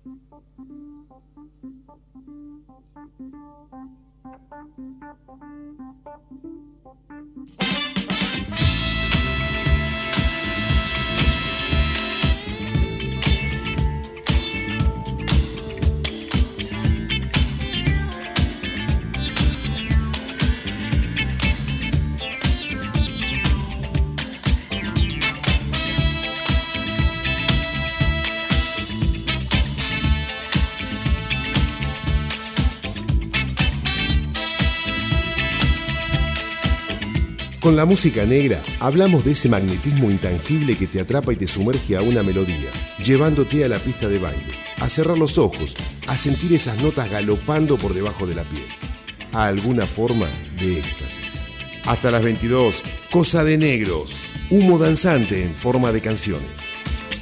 Con la música negra hablamos de ese magnetismo intangible que te atrapa y te sumerge a una melodía, llevándote a la pista de baile, a cerrar los ojos, a sentir esas notas galopando por debajo de la piel, a alguna forma de éxtasis. Hasta las 22, Cosa de Negros, humo danzante en forma de canciones.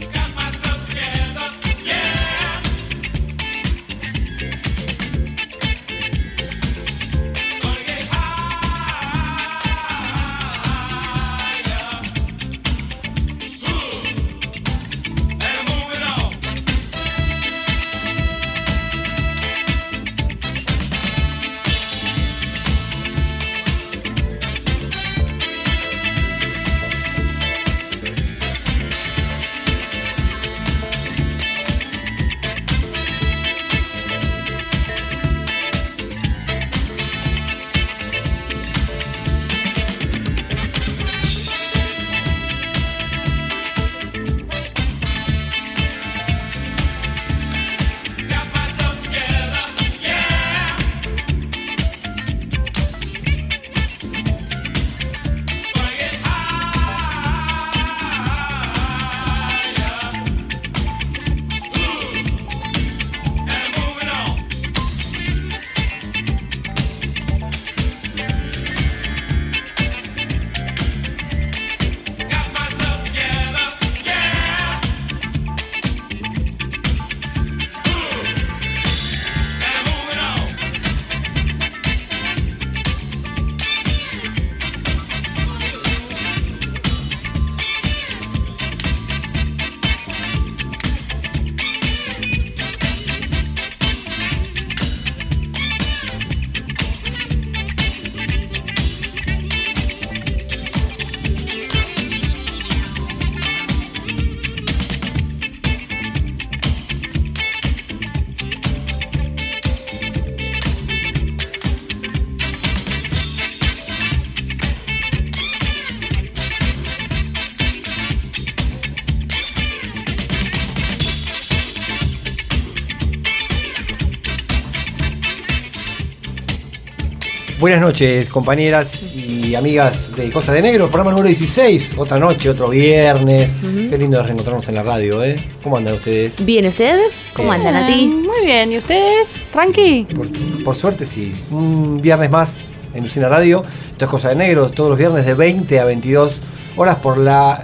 Buenas noches, compañeras y amigas de Cosa de Negro, programa número 16, otra noche, otro viernes. Qué lindo reencontrarnos en la radio, ¿eh? ¿Cómo andan ustedes? Bien, ¿ustedes? ¿Cómo andan a ti? Muy bien, ¿y ustedes? ¿Tranqui? Por suerte sí, un viernes más en Usina Radio. Esto es Cosa de Negro, todos los viernes de 20 a 22 horas por la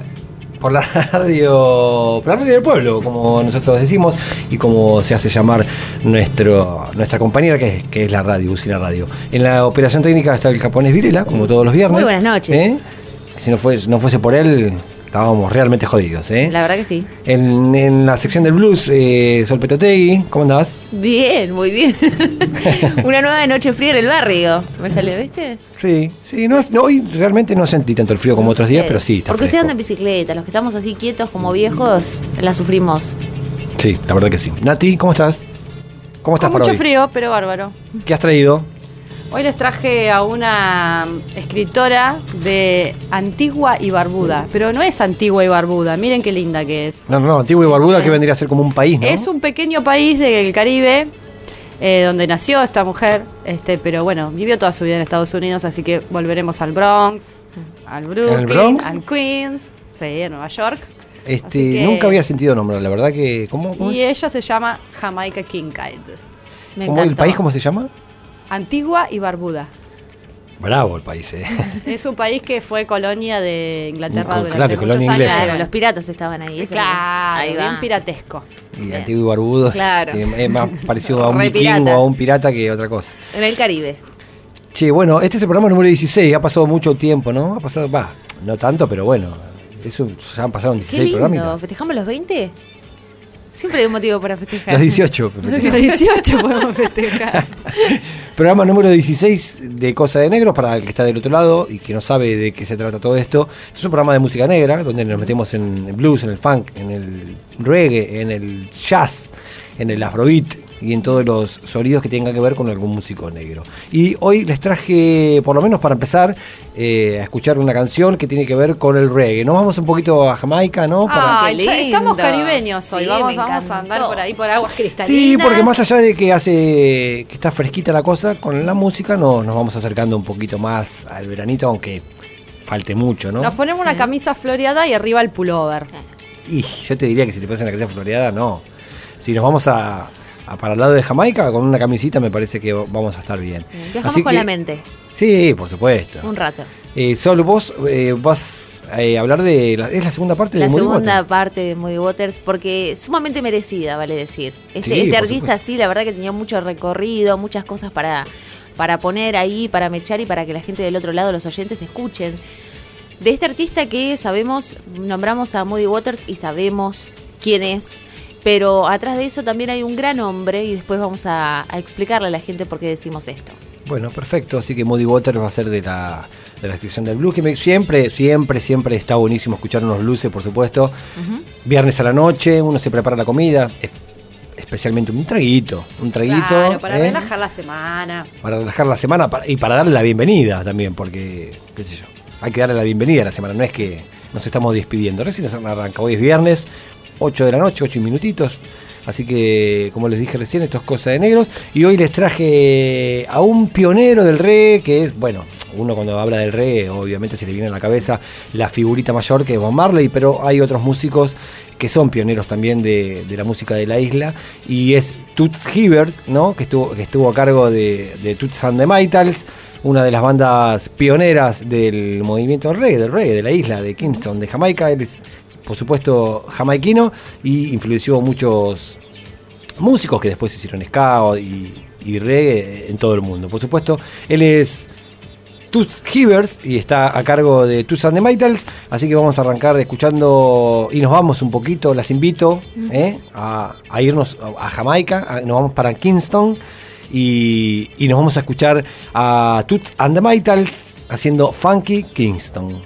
radio del pueblo, como nosotros decimos, y como se hace llamar nuestra compañera, que es la radio, Usina Radio. En la operación técnica está el japonés Virela, como todos los viernes. Muy buenas noches. Si no fuese por él, estábamos realmente jodidos, ¿eh? La verdad que sí. En la sección del blues, Sol Petotegui, ¿cómo andás? Bien, muy bien. Una nueva noche fría en el barrio. ¿Me salió, viste? Sí, hoy realmente no sentí tanto el frío como otros días, pero sí, está porque fresco. usted anda en bicicleta, los que estamos así quietos como viejos, la sufrimos. Sí, la verdad que sí. Nati, ¿cómo estás? ¿Cómo estás Con para mucho hoy? frío, pero bárbaro. ¿Qué has traído? Hoy les traje a una escritora de Antigua y Barbuda, pero no es Antigua y Barbuda, miren qué linda que es. No, Antigua y Barbuda, que vendría a ser como un país, ¿no? Es un pequeño país del Caribe, donde nació esta mujer, pero bueno, vivió toda su vida en Estados Unidos, así que volveremos al Bronx, al Brooklyn, al Queens, sí, en Nueva York. Nunca había sentido nombre, la verdad que... ¿Cómo Y es? ella se llama Jamaica Kincaid. Me ¿Cómo, encantó. ¿El país cómo se llama? Antigua y Barbuda. Bravo el país, Es un país que fue colonia de Inglaterra durante claro, muchos colonia años. inglesa. Claro, los piratas estaban ahí. eso Claro, ahí va. bien piratesco. Y Antiguo y Barbudo, Claro. que es más parecido a un Re vikingo pirata. o a un pirata que otra cosa. En el Caribe. Che, bueno, este es el programa número 16, ha pasado mucho tiempo, ¿no? No tanto, pero bueno, ya han pasado Qué 16 lindo. programitas. ¿Festejamos los 20? Siempre hay un motivo para festejar. Los 18. Los 18 podemos festejar. Programa número 16 de Cosa de Negros, para el que está del otro lado y que no sabe de qué se trata todo esto. Es un programa de música negra, donde nos metemos en el blues, en el funk, en el reggae, en el jazz, en el afrobeat y en todos los sonidos que tengan que ver con algún músico negro. Y hoy les traje, por lo menos para empezar, a escuchar una canción que tiene que ver con el reggae. Nos vamos un poquito a Jamaica, ¿no? Ay, Ya estamos caribeños hoy, Sí, vamos me a encantó. andar por ahí por aguas cristalinas. Sí, porque más allá de que está fresquita la cosa, con la música nos vamos acercando un poquito más al veranito, aunque falte mucho, ¿no? Nos ponemos una camisa floreada y arriba el pullover. Y yo te diría que si te pones una camisa floreada, no. Si nos vamos para el lado de Jamaica, con una camisita me parece que vamos a estar bien. Viajamos Así con que, la mente, Sí, por supuesto. un rato. Solo vos vas a hablar de... ¿Es la segunda parte de La Muddy segunda Waters? parte de Muddy Waters, porque sumamente merecida, vale decir. Sí, Este por artista supuesto. sí, la verdad que tenía mucho recorrido, muchas cosas para poner ahí, para mechar y para que la gente del otro lado, los oyentes, escuchen. De este artista que sabemos, nombramos a Muddy Waters y sabemos quién es, pero atrás de eso también hay un gran hombre y después vamos a explicarle a la gente por qué decimos esto. Bueno, perfecto. Así que Muddy Waters va a ser de la sección del blues, que siempre está buenísimo escuchar unos blues, por supuesto. Viernes a la noche, uno se prepara la comida, especialmente un traguito. Claro, para relajar la semana. Para relajar la semana y para darle la bienvenida también, porque, qué sé yo, hay que darle la bienvenida a la semana, no es que nos estamos despidiendo. Recién arranca, hoy es viernes, 8 de la noche, 8 minutitos. Así que, como les dije recién, esto es Cosa de Negros. Y hoy les traje a un pionero del reggae, que es, bueno, uno cuando habla del reggae, obviamente se le viene a la cabeza la figurita mayor que es Bob Marley, pero hay otros músicos que son pioneros también de la música de la isla. Y es Toots Hibbert, ¿no? que estuvo a cargo de Toots and the Maytals, una de las bandas pioneras del movimiento del reggae de la isla de Kingston, de Jamaica. Él es, por supuesto, jamaiquino y influenció muchos músicos que después hicieron ska y reggae en todo el mundo. Por supuesto, él es Toots Hibbert y está a cargo de Toots and the Maytals, así que vamos a arrancar escuchando y nos vamos un poquito, las invito a irnos a Jamaica, nos vamos para Kingston y nos vamos a escuchar a Toots and the Maytals haciendo Funky Kingston.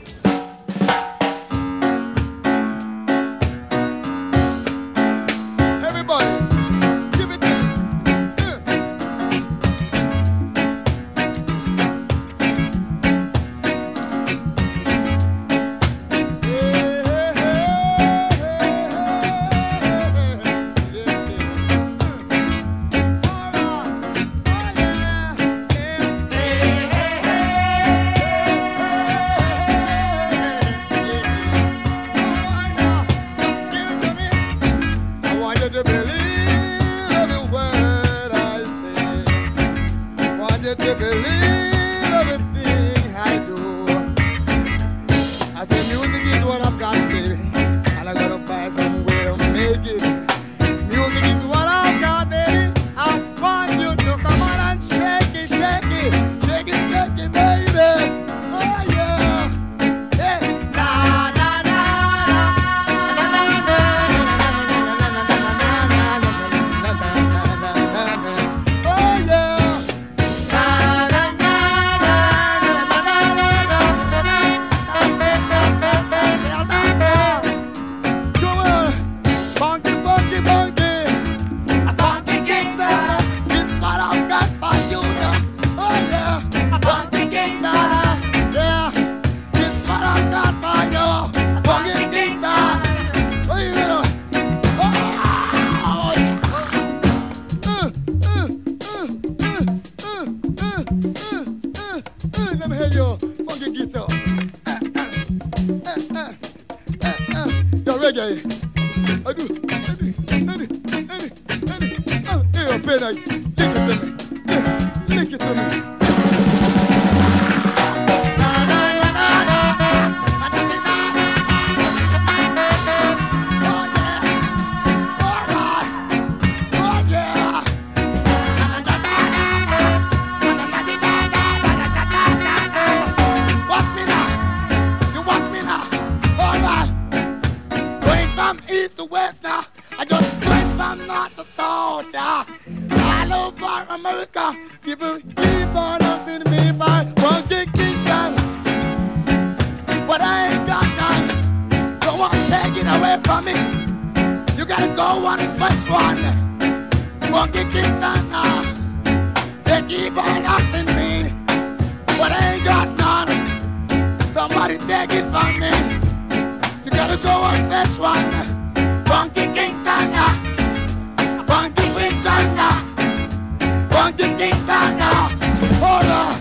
East to west now, I just America, people keep on asking me if I want to Kingston, but I ain't got none, so won't take it away from me. You gotta go one first one, Funky Kingston. They keep on asking me, but I ain't got none. Somebody take it from me. You gotta go one first one, Funky Kingston. Funky Kingston. Funky Kingston. Hold on.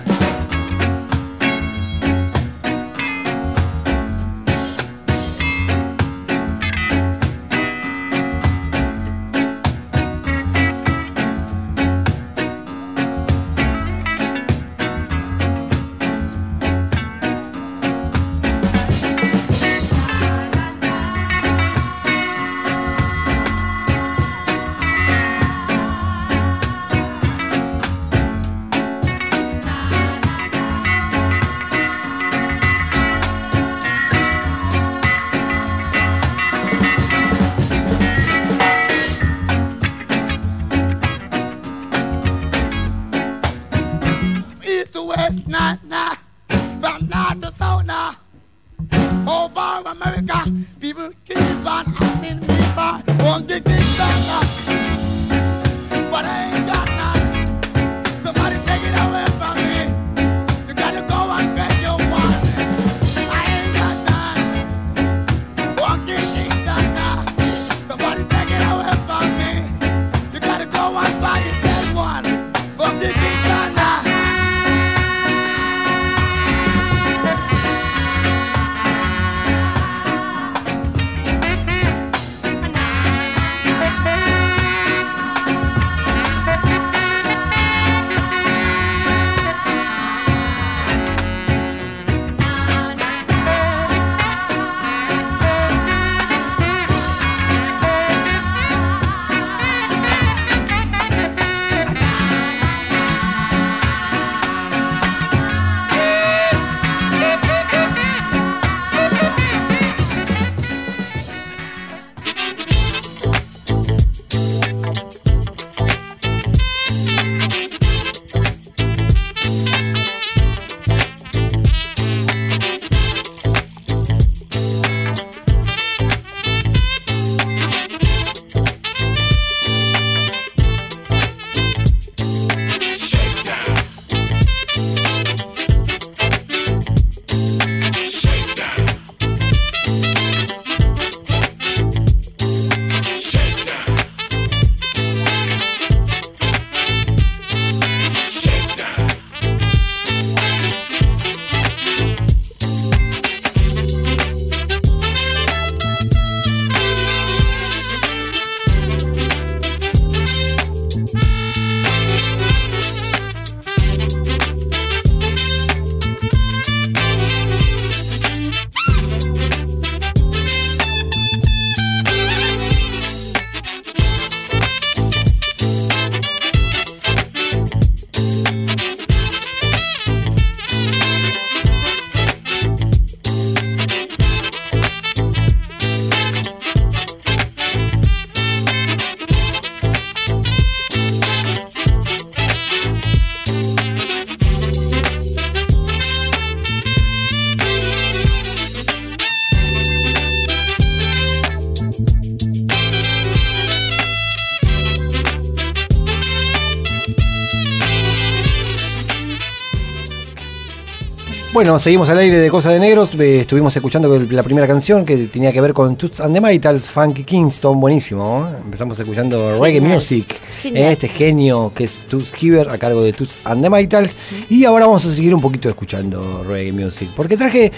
Bueno, seguimos al aire de Cosa de Negros. Estuvimos escuchando la primera canción que tenía que ver con Toots and the Maytals, Funky Kingston, buenísimo, ¿eh? Empezamos escuchando reggae music, este genio que es Toots Hibbert a cargo de Toots and the Maytals. Y ahora vamos a seguir un poquito escuchando reggae music, porque traje,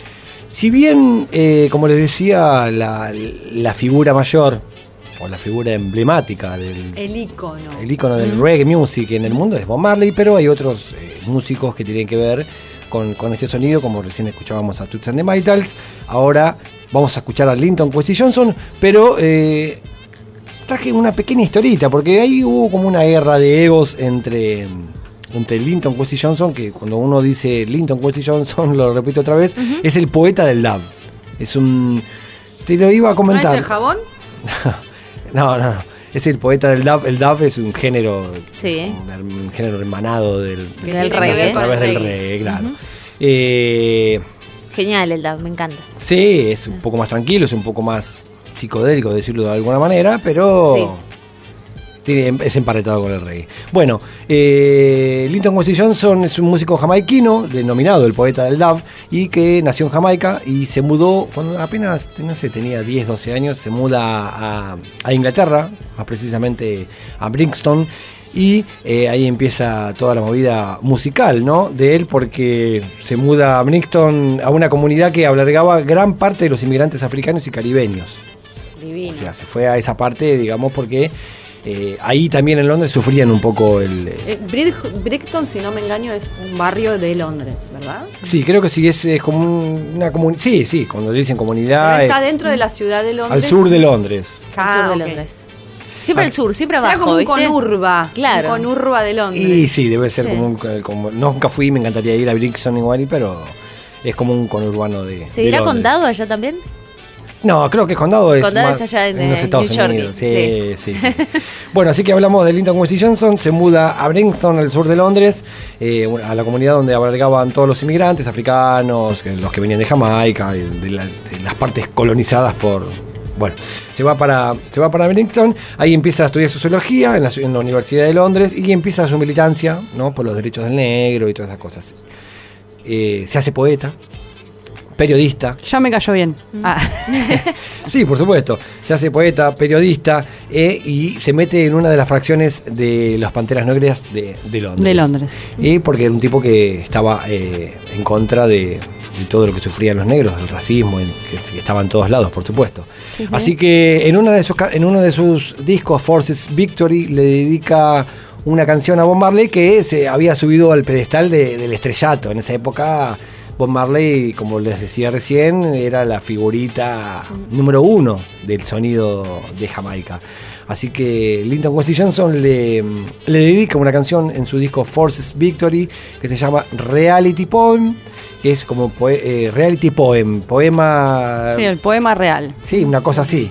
si bien, como les decía, la figura mayor o la figura emblemática el ícono del reggae music en el mundo es Bob Marley, pero hay otros músicos que tienen que ver con este sonido, como recién escuchábamos a Toots and the Maytals. Ahora vamos a escuchar a Linton Kwesi Johnson, pero traje una pequeña historita, porque ahí hubo como una guerra de egos entre Linton Kwesi Johnson, que cuando uno dice Linton Kwesi Johnson, lo repito otra vez, es el poeta del dub. Es un... Te lo iba a comentar. ¿No es el jabón? No. Es el poeta del dub. El dub es un género, Sí. un género hermanado del reggae. a través del reggae, claro. Genial el dub, me encanta. Sí, es un poco más tranquilo, es un poco más psicodélico, decirlo de alguna manera, pero es emparetado con el reggae. Bueno, Linton Kwesi Johnson es un músico jamaiquino, denominado el poeta del dub, y que nació en Jamaica y se mudó cuando apenas, no sé, tenía 10, 12 años, se muda a Inglaterra, más precisamente a Brixton, y ahí empieza toda la movida musical, ¿no? De él, porque se muda a Brixton, a una comunidad que albergaba gran parte de los inmigrantes africanos y caribeños. Divino. O sea, se fue a esa parte, digamos, porque ahí también en Londres sufrían un poco el... Brixton, si no me engaño, es un barrio de Londres, ¿verdad? Sí, creo que sí, es como una comunidad... Sí, cuando le dicen comunidad... Pero está dentro de la ciudad de Londres. Al sur de Londres. Al sur de ok. Londres. Siempre al sur, siempre Será abajo, como un ¿viste? conurba. Claro. Un conurba de Londres. Y sí, debe ser Sí. como nunca fui, me encantaría ir a Brixton igual, pero es como un conurbano de ¿Seguirá de Londres. condado allá también? No, creo que condado es Condado más es allá en los Estados New York, Unidos. sí. Sí. Bueno, así que hablamos de Linton Kwesi Johnson. Se muda a Brixton, al sur de Londres, a la comunidad donde albergaban todos los inmigrantes africanos, los que venían de Jamaica, de las partes colonizadas por... Bueno, se va para Brixton, ahí empieza a estudiar sociología en la Universidad de Londres y empieza su militancia, ¿no? Por los derechos del negro y todas esas cosas. Se hace poeta, periodista. Ya me cayó bien. Sí, por supuesto. Se hace poeta, periodista y se mete en una de las fracciones de las Panteras Negras de Londres. De Londres. Porque era un tipo que estaba en contra de todo lo que sufrían los negros, del racismo, que estaba en todos lados, por supuesto. Sí, sí. Así que en uno de sus discos, Forces Victory, le dedica una canción a Bob Marley que se había subido al pedestal del estrellato. En esa época Bob Marley, como les decía recién, era la figurita número 1 del sonido de Jamaica. Así que Linton Kwesi Johnson le dedica una canción en su disco Forces Victory que se llama Reality Poem, que es como reality poem, poema... Sí, el poema real. Sí, una cosa así.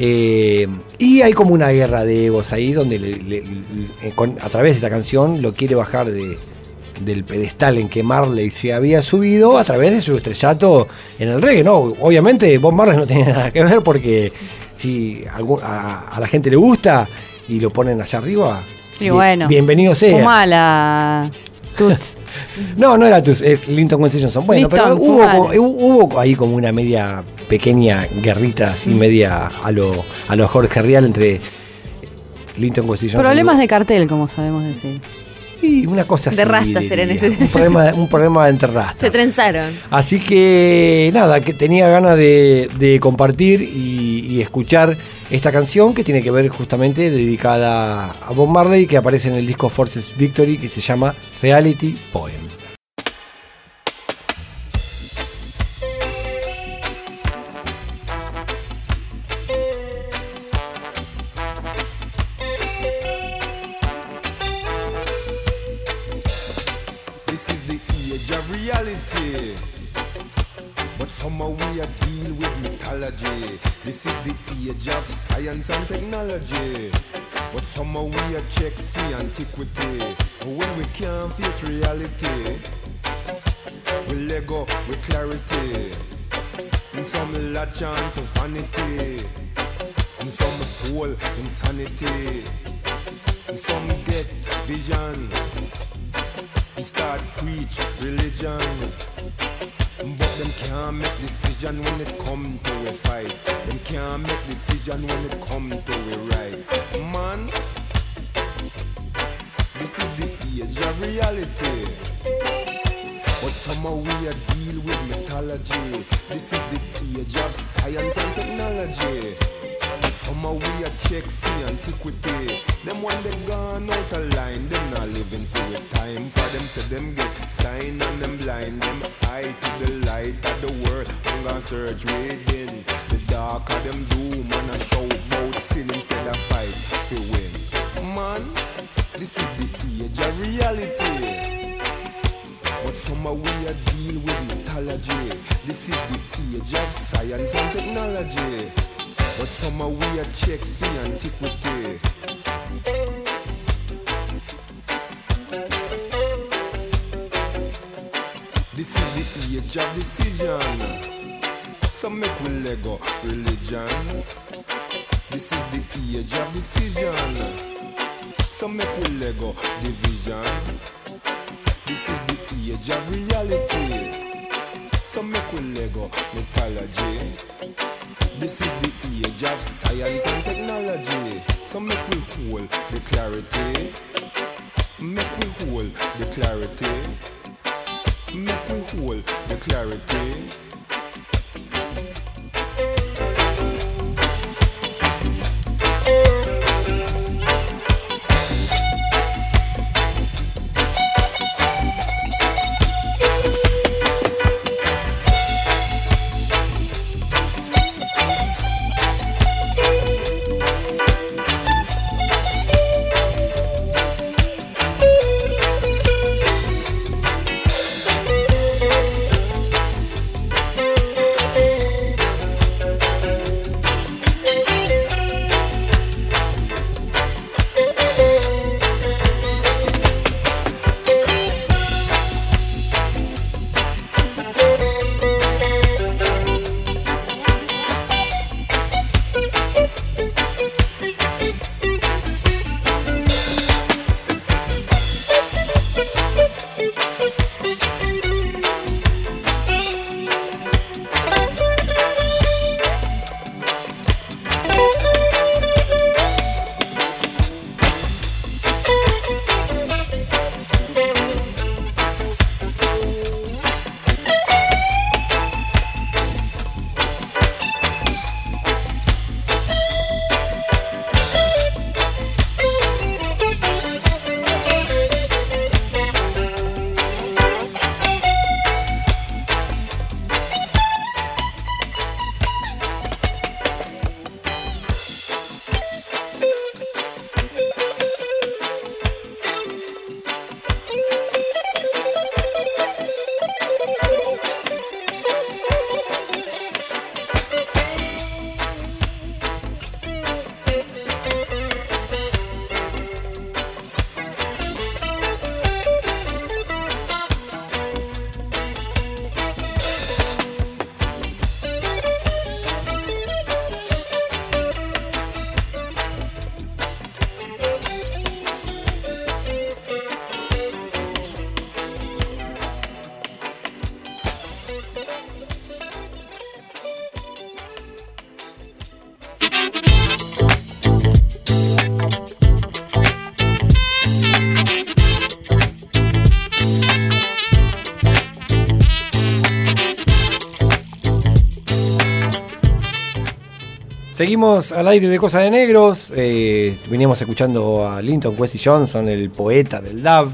Y hay como una guerra de egos ahí donde a través de esta canción lo quiere bajar del pedestal en que Marley se había subido a través de su estrellato en el reggae, ¿no? Obviamente Bob Marley no tenía nada que ver porque si a la gente le gusta y lo ponen allá arriba, Y bueno, bienvenido sea. Fumala, Tuts. No era Tuts, es Linton Kwesi Johnson. Bueno, Linton, pero fumala. hubo ahí como una media pequeña guerrita así media a lo Jorge Rial entre Linton Kwesi Johnson. Problemas de cartel, como sabemos decir. Y una cosa así. De rastas eran diría. ese. Un problema entre rastas. Se trenzaron. Así que nada, que tenía ganas de compartir y escuchar esta canción que tiene que ver justamente dedicada a Bob Marley, que aparece en el disco Forces Victory, que se llama Reality Poem. This is the age of reality, but somehow we are deal with mythology. This is the age of science and technology, but somehow we are check free antiquity. But when we can't face reality, we let go with clarity. And some latch on to vanity, and some fall insanity, and some get vision and start preach religion, but them can't make decision when it come to a fight. Them can't make decision when it come to a rights. Man, this is the age of reality, but somehow we are deal with mythology. This is the age of science and technology, but somehow we are check free antiquity. Them when they gone out of line, them not living through a time. For them say them get sign and them blind. Them eye to the light of the world, hunger search within. The dark of them doom and a shout about sin instead of fight to win. Man, this is the age of reality, but somehow we are deal with mythology. This is the age of science and technology, but somehow we are check free antiquity. age of decision. So make we Lego religion. This is the age of decision. So make we Lego division. This is the age of reality. So make we Lego mythology. This is the age of science and technology. So make we hold the clarity. Make we hold the clarity. Make we hold the clarity. Seguimos al aire de Cosa de Negros. Veníamos escuchando a Linton Kwesi Johnson, el poeta del dub,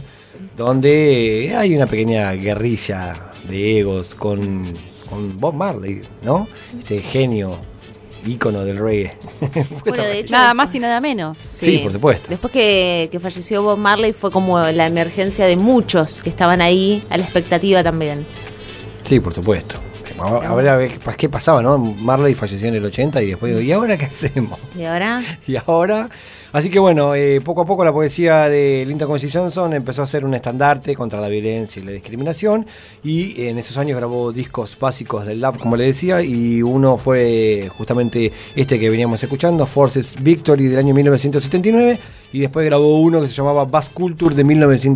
donde hay una pequeña guerrilla de egos con Bob Marley, ¿no? Este genio, ícono del reggae. Bueno, de hecho, nada más y nada menos. Sí, por supuesto. Después que falleció Bob Marley fue como la emergencia de muchos que estaban ahí a la expectativa también. Sí, por supuesto. A ver qué pasaba, ¿no? Marley falleció en el 80 y después digo, ¿y ahora qué hacemos? ¿Y ahora? Y ahora, así que bueno, poco a poco la poesía de Linton Kwesi Johnson empezó a ser un estandarte contra la violencia y la discriminación, y en esos años grabó discos básicos del dub, como le decía, y uno fue justamente este que veníamos escuchando, Forces Victory, del año 1979, y después grabó uno que se llamaba Bass Culture de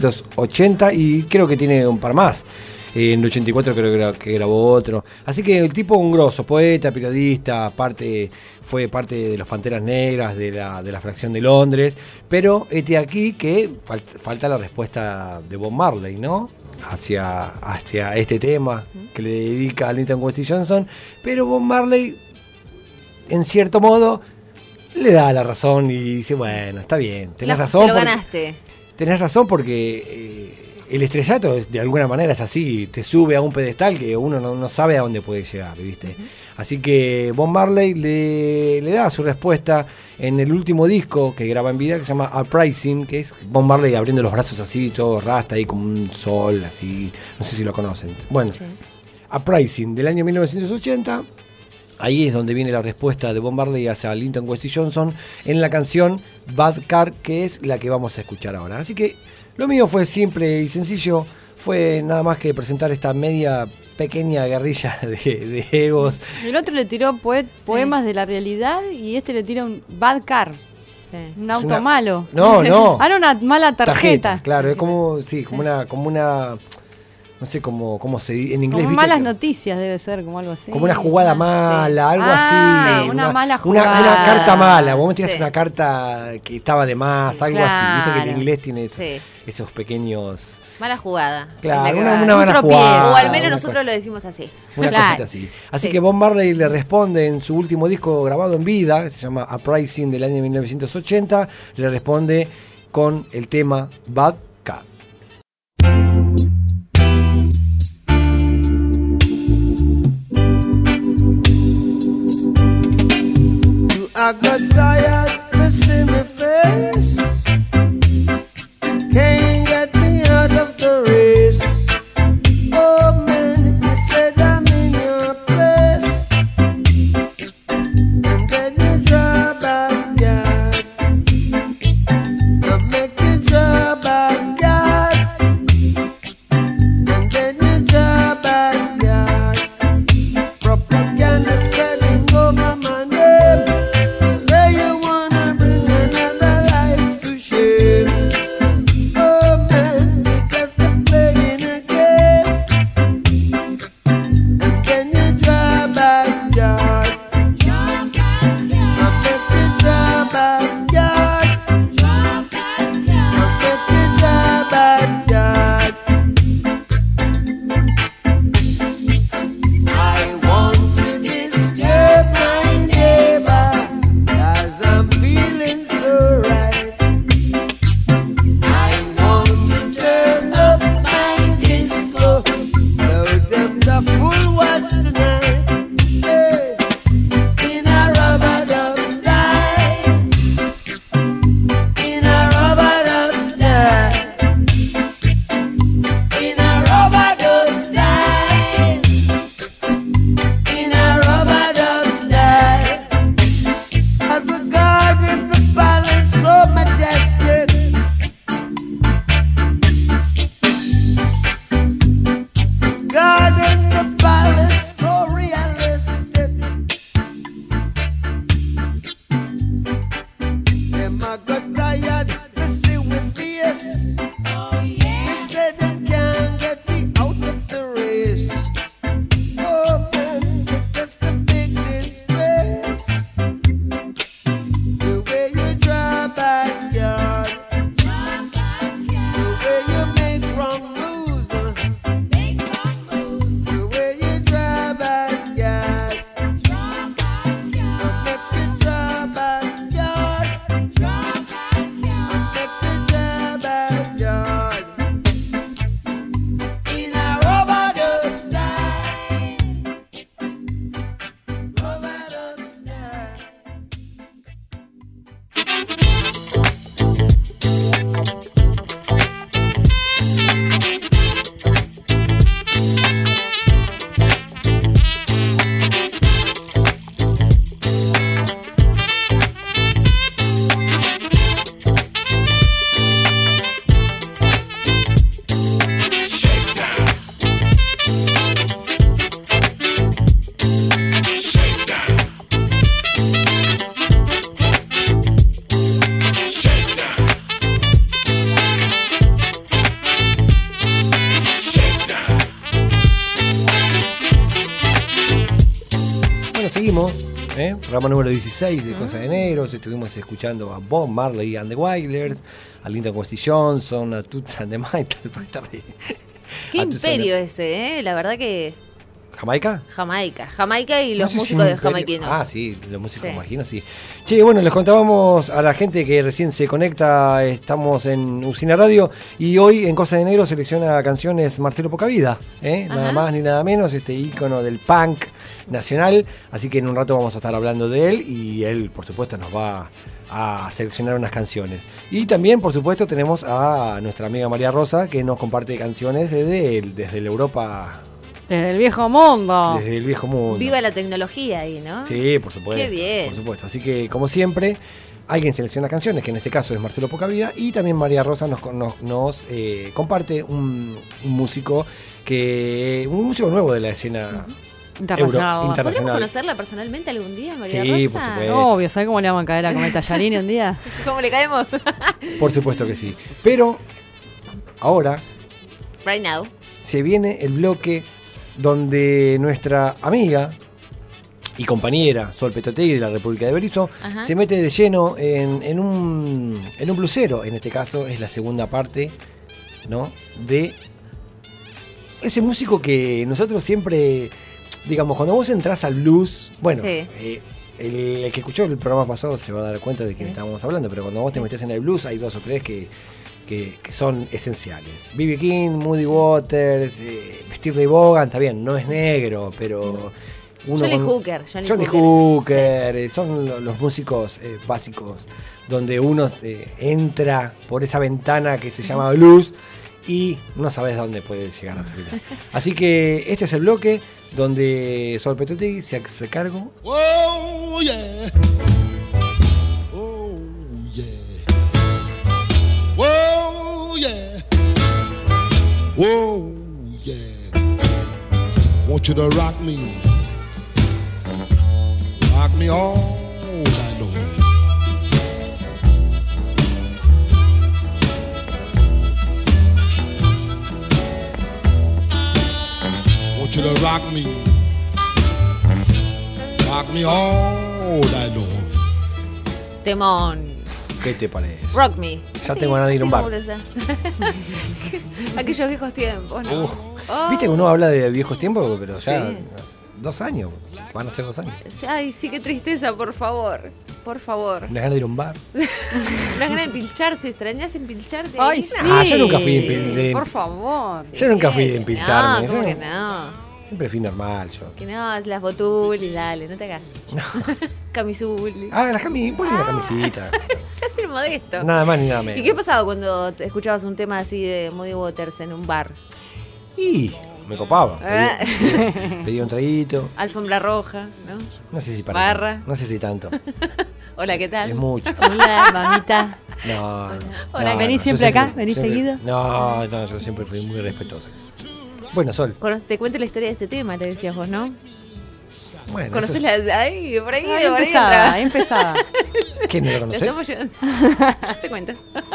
1980, y creo que tiene un par más. En el 84 creo que grabó otro. Así que el tipo un grosso, poeta, periodista, fue parte de los Panteras Negras, de la fracción de Londres. Pero aquí que falta la respuesta de Bob Marley, ¿no? Hacia este tema que le dedica a Linton Kwesi Johnson. Pero Bob Marley, en cierto modo, le da la razón y dice, bueno, está bien, tenés razón. Te lo ganaste. Tenés razón porque... el estrellato de alguna manera es así, te sube a un pedestal que uno no sabe a dónde puede llegar, ¿viste? Así que Bob Marley le da su respuesta en el último disco que graba en vida, que se llama Uprising, que es Bob Marley abriendo los brazos así, todo rasta ahí como un sol, así, no sé si lo conocen. Bueno, sí. Uprising del año 1980, ahí es donde viene la respuesta de Bob Marley hacia Linton Kwesi Johnson en la canción Bad Car, que es la que vamos a escuchar ahora. Así que lo mío fue simple y sencillo, fue nada más que presentar esta media pequeña guerrilla de egos. El otro le tiró poemas de la realidad y este le tira un bad car. Sí. Un auto malo. No. Ahora una mala tarjeta. Claro, es como una no sé cómo se dice en inglés. Como ¿viste? malas noticias debe ser, como algo así. Como una jugada mala, algo así. Una mala jugada. Una carta mala. Vos me tiraste Sí. una carta que estaba de más, algo claro. así. Viste que el inglés tiene Sí. esos pequeños... Mala jugada. Claro, Una una mala jugada. O al menos una nosotros cosa. lo decimos así. Una Claro. cosita así. Así Sí. que Bob Marley le responde en su último disco grabado en vida, que se llama Uprising del año 1980, le responde con el tema Bad Cat. I got tired of seeing my face. Can't get me out of the race. Oh man, you said I'm in your place, and then you draw backyard. I make you draw backyard, and then you draw backyard. Propaganda spreading over my name. Say you wanna bring another life to shame. Oh man, you're just a playing a game. And then you draw backyard. I make you draw backyard. I make you draw backyard. I want to disturb my neighbor, 'cause I'm feeling so right. I want to turn up my disco, blow them the full watch tonight. Hey, in a rubber dub style, in a rubber dub style, in a rubber dub style, in a rubber dub style. As we guard in the palace so majestic, guard in the palace so realistic. Them I got tired to see we face. They said them can't get me out of the race. Oh man, it's just a big disgrace. The way you draw backyard, the way you make wrong moves, the way you draw backyard, I make you draw backyard, I make you draw backyard. In a rubber dub style, rubber dub style. Bueno, seguimos, programa número 16 de Cosa de Negros. Estuvimos escuchando a Bob Marley and the Wailers, a Linton Kwesi Johnson, a Toots and the Maytals. Qué imperio ese, la verdad que ¿Jamaica? Jamaica y los No sé si músicos de un imperio- jamaiquinos. Ah, sí, los músicos Sí. jamaiquinos, sí. Che, bueno, les contábamos a la gente que recién se conecta, estamos en Usina Radio y hoy en Cosa de Negro selecciona canciones Marcelo Pocavida, nada Ajá. más ni nada menos, este ícono del punk nacional, así que en un rato vamos a estar hablando de él y él, por supuesto, nos va a seleccionar unas canciones. Y también, por supuesto, tenemos a nuestra amiga María Rosa que nos comparte canciones desde la Europa, Desde el viejo mundo. desde el viejo mundo. Viva la tecnología ahí, ¿no? Sí, por supuesto. Qué bien. Por supuesto. Así que, como siempre, alguien selecciona canciones, que en este caso es Marcelo Pocavida, y también María Rosa nos comparte un músico nuevo de la escena internacional. ¿Podríamos conocerla personalmente algún día, María Sí, Rosa? por supuesto. Obvio, ¿sabes cómo le vamos a caer a comer tallarini un día? ¿Cómo le caemos? Por supuesto que sí. Pero ahora Right now. se viene el bloque donde nuestra amiga y compañera Sol Petotegui de la República de Berizo Ajá. se mete de lleno en un blusero. En este caso es la segunda parte, ¿no?, de ese músico que nosotros siempre, digamos, cuando vos entras al blues, bueno, Sí. el que escuchó el programa pasado se va a dar cuenta de quién estábamos hablando, pero cuando vos te metés en el blues hay 2 o 3 que son esenciales. B.B. King, Muddy Waters, Steve Ray Vaughan, está bien, no es negro, pero Johnny Hooker. Johnny Hooker, son los músicos básicos, donde uno entra por esa ventana que se llama blues y no sabes dónde puede llegar a terminar. Así que este es el bloque donde Sol Petotegui se hace cargo. Oh, yeah. Oh, yeah. Oh, yeah. Oh, yeah. Want you to rock me. Rock me all night long. Want you to rock me all night long. Temón. ¿Qué te parece? Rock Me. Ya tengo ganas de ir a un bar. Aquellos viejos tiempos, ¿no? Oh. Viste que uno habla de viejos tiempos, pero ya Sí. 2 años, van a ser 2 años. Ay, sí, qué tristeza, por favor. Por favor. ¿Las ganas de ir a un bar? Las ganas de empilcharse, ¿extrañas empilcharte? Ay, No. sí. Ah, yo nunca fui de Por favor. Yo nunca fui de empilcharme. No, ¿cómo yo que no? Siempre fui normal yo. Que no, las botulis, dale, no te hagas. Camisuli. Ah, ponle una camisita. Se hace el modesto. Nada más ni nada menos. ¿Y qué pasaba cuando te escuchabas un tema así de Muddy Waters en un bar? Y me copaba. Pedía un traguito. Alfombra roja, ¿no? No sé si para Barra. tanto. No sé si tanto. Hola, ¿qué tal? Es mucho. Hola, mamita. No. Hola, ¿venís yo siempre acá? ¿Venís seguido? No, yo siempre fui muy respetuoso. Bueno, Sol. Te cuento la historia de este tema, le decías vos, ¿no? Bueno, ¿Conocés eso- la...? Ay, por ahí, Ahí por ahí empezaba, entra. ahí empezaba. ¿Qué, no lo Lo conoces? estamos llevando. Te cuento.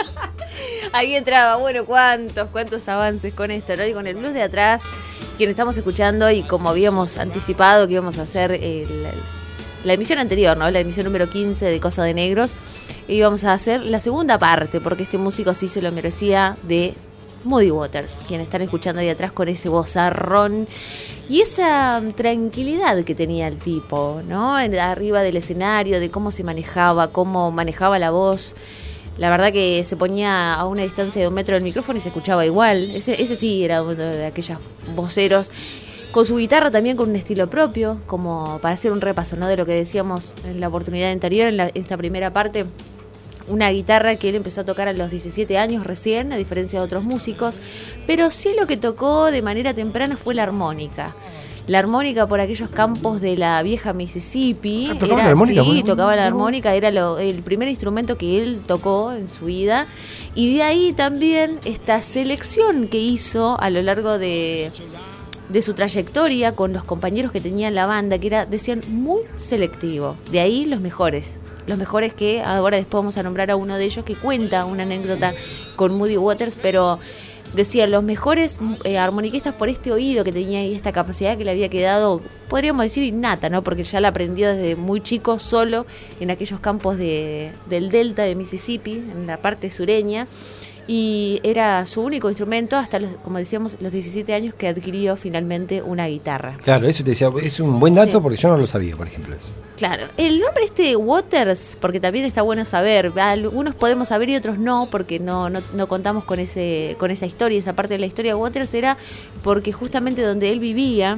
Ahí entraba, bueno, cuántos avances con esto, ¿no? Y con el blues de atrás, quien estamos escuchando, y como habíamos anticipado que íbamos a hacer la emisión anterior, ¿no? La emisión número 15 de Cosa de Negros, íbamos a hacer la segunda parte, porque este músico sí se lo merecía, de Muddy Waters, quien están escuchando ahí atrás con ese vozarrón y esa tranquilidad que tenía el tipo, ¿no? Arriba del escenario, de cómo manejaba la voz. La verdad que se ponía a una distancia de 1 metro del micrófono y se escuchaba igual. Ese sí era uno de aquellos voceros. Con su guitarra también con un estilo propio, como para hacer un repaso, ¿no? De lo que decíamos en la oportunidad anterior, en esta primera parte. Una guitarra que él empezó a tocar a los 17 años recién, a diferencia de otros músicos, pero sí lo que tocó de manera temprana fue la armónica. La armónica por aquellos campos de la vieja Mississippi. Ah, ¿tocaba la armónica? Sí, Bueno, tocaba la armónica, era el primer instrumento que él tocó en su vida. Y de ahí también esta selección que hizo a lo largo de su trayectoria con los compañeros que tenía en la banda, que era, decían, muy selectivo. De ahí los mejores que ahora después vamos a nombrar a uno de ellos que cuenta una anécdota con Muddy Waters, pero decía los mejores armoniquistas por este oído que tenía y esta capacidad que le había quedado, podríamos decir innata, ¿no? Porque ya la aprendió desde muy chico solo en aquellos campos del delta de Mississippi, en la parte sureña. Y era su único instrumento hasta, como decíamos, los 17 años que adquirió finalmente una guitarra. Claro, eso te decía, es un buen dato Sí. porque yo no lo sabía, por ejemplo. Eso. Claro, el nombre Waters, porque también está bueno saber, algunos podemos saber y otros no, porque no contamos con esa historia, esa parte de la historia. Waters era porque justamente donde él vivía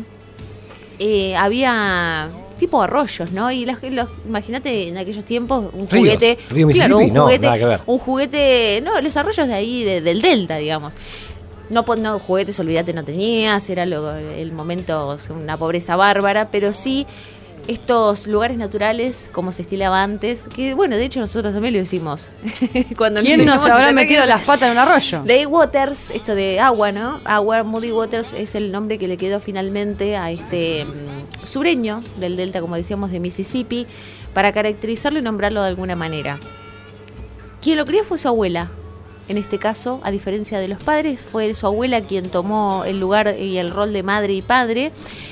había tipo arroyos, ¿no? Y imagínate en aquellos tiempos un Ríos, juguete, Río claro, Mississippi, no, nada que ver. un juguete, no, los arroyos de ahí del delta, digamos. No, juguetes, olvídate, no tenías, era el momento, una pobreza bárbara, pero sí estos lugares naturales como se estilaba antes, que bueno, de hecho nosotros también lo hicimos. ¿Quién nos habrá metido las patas en un arroyo? Muddy Waters, esto de agua, ¿no? Agua, Muddy Waters es el nombre que le quedó finalmente a este sureño del delta, como decíamos, de Mississippi, para caracterizarlo y nombrarlo de alguna manera. Quien lo crió fue su abuela. En este caso, a diferencia de los padres, fue su abuela quien tomó el lugar y el rol de madre y padre.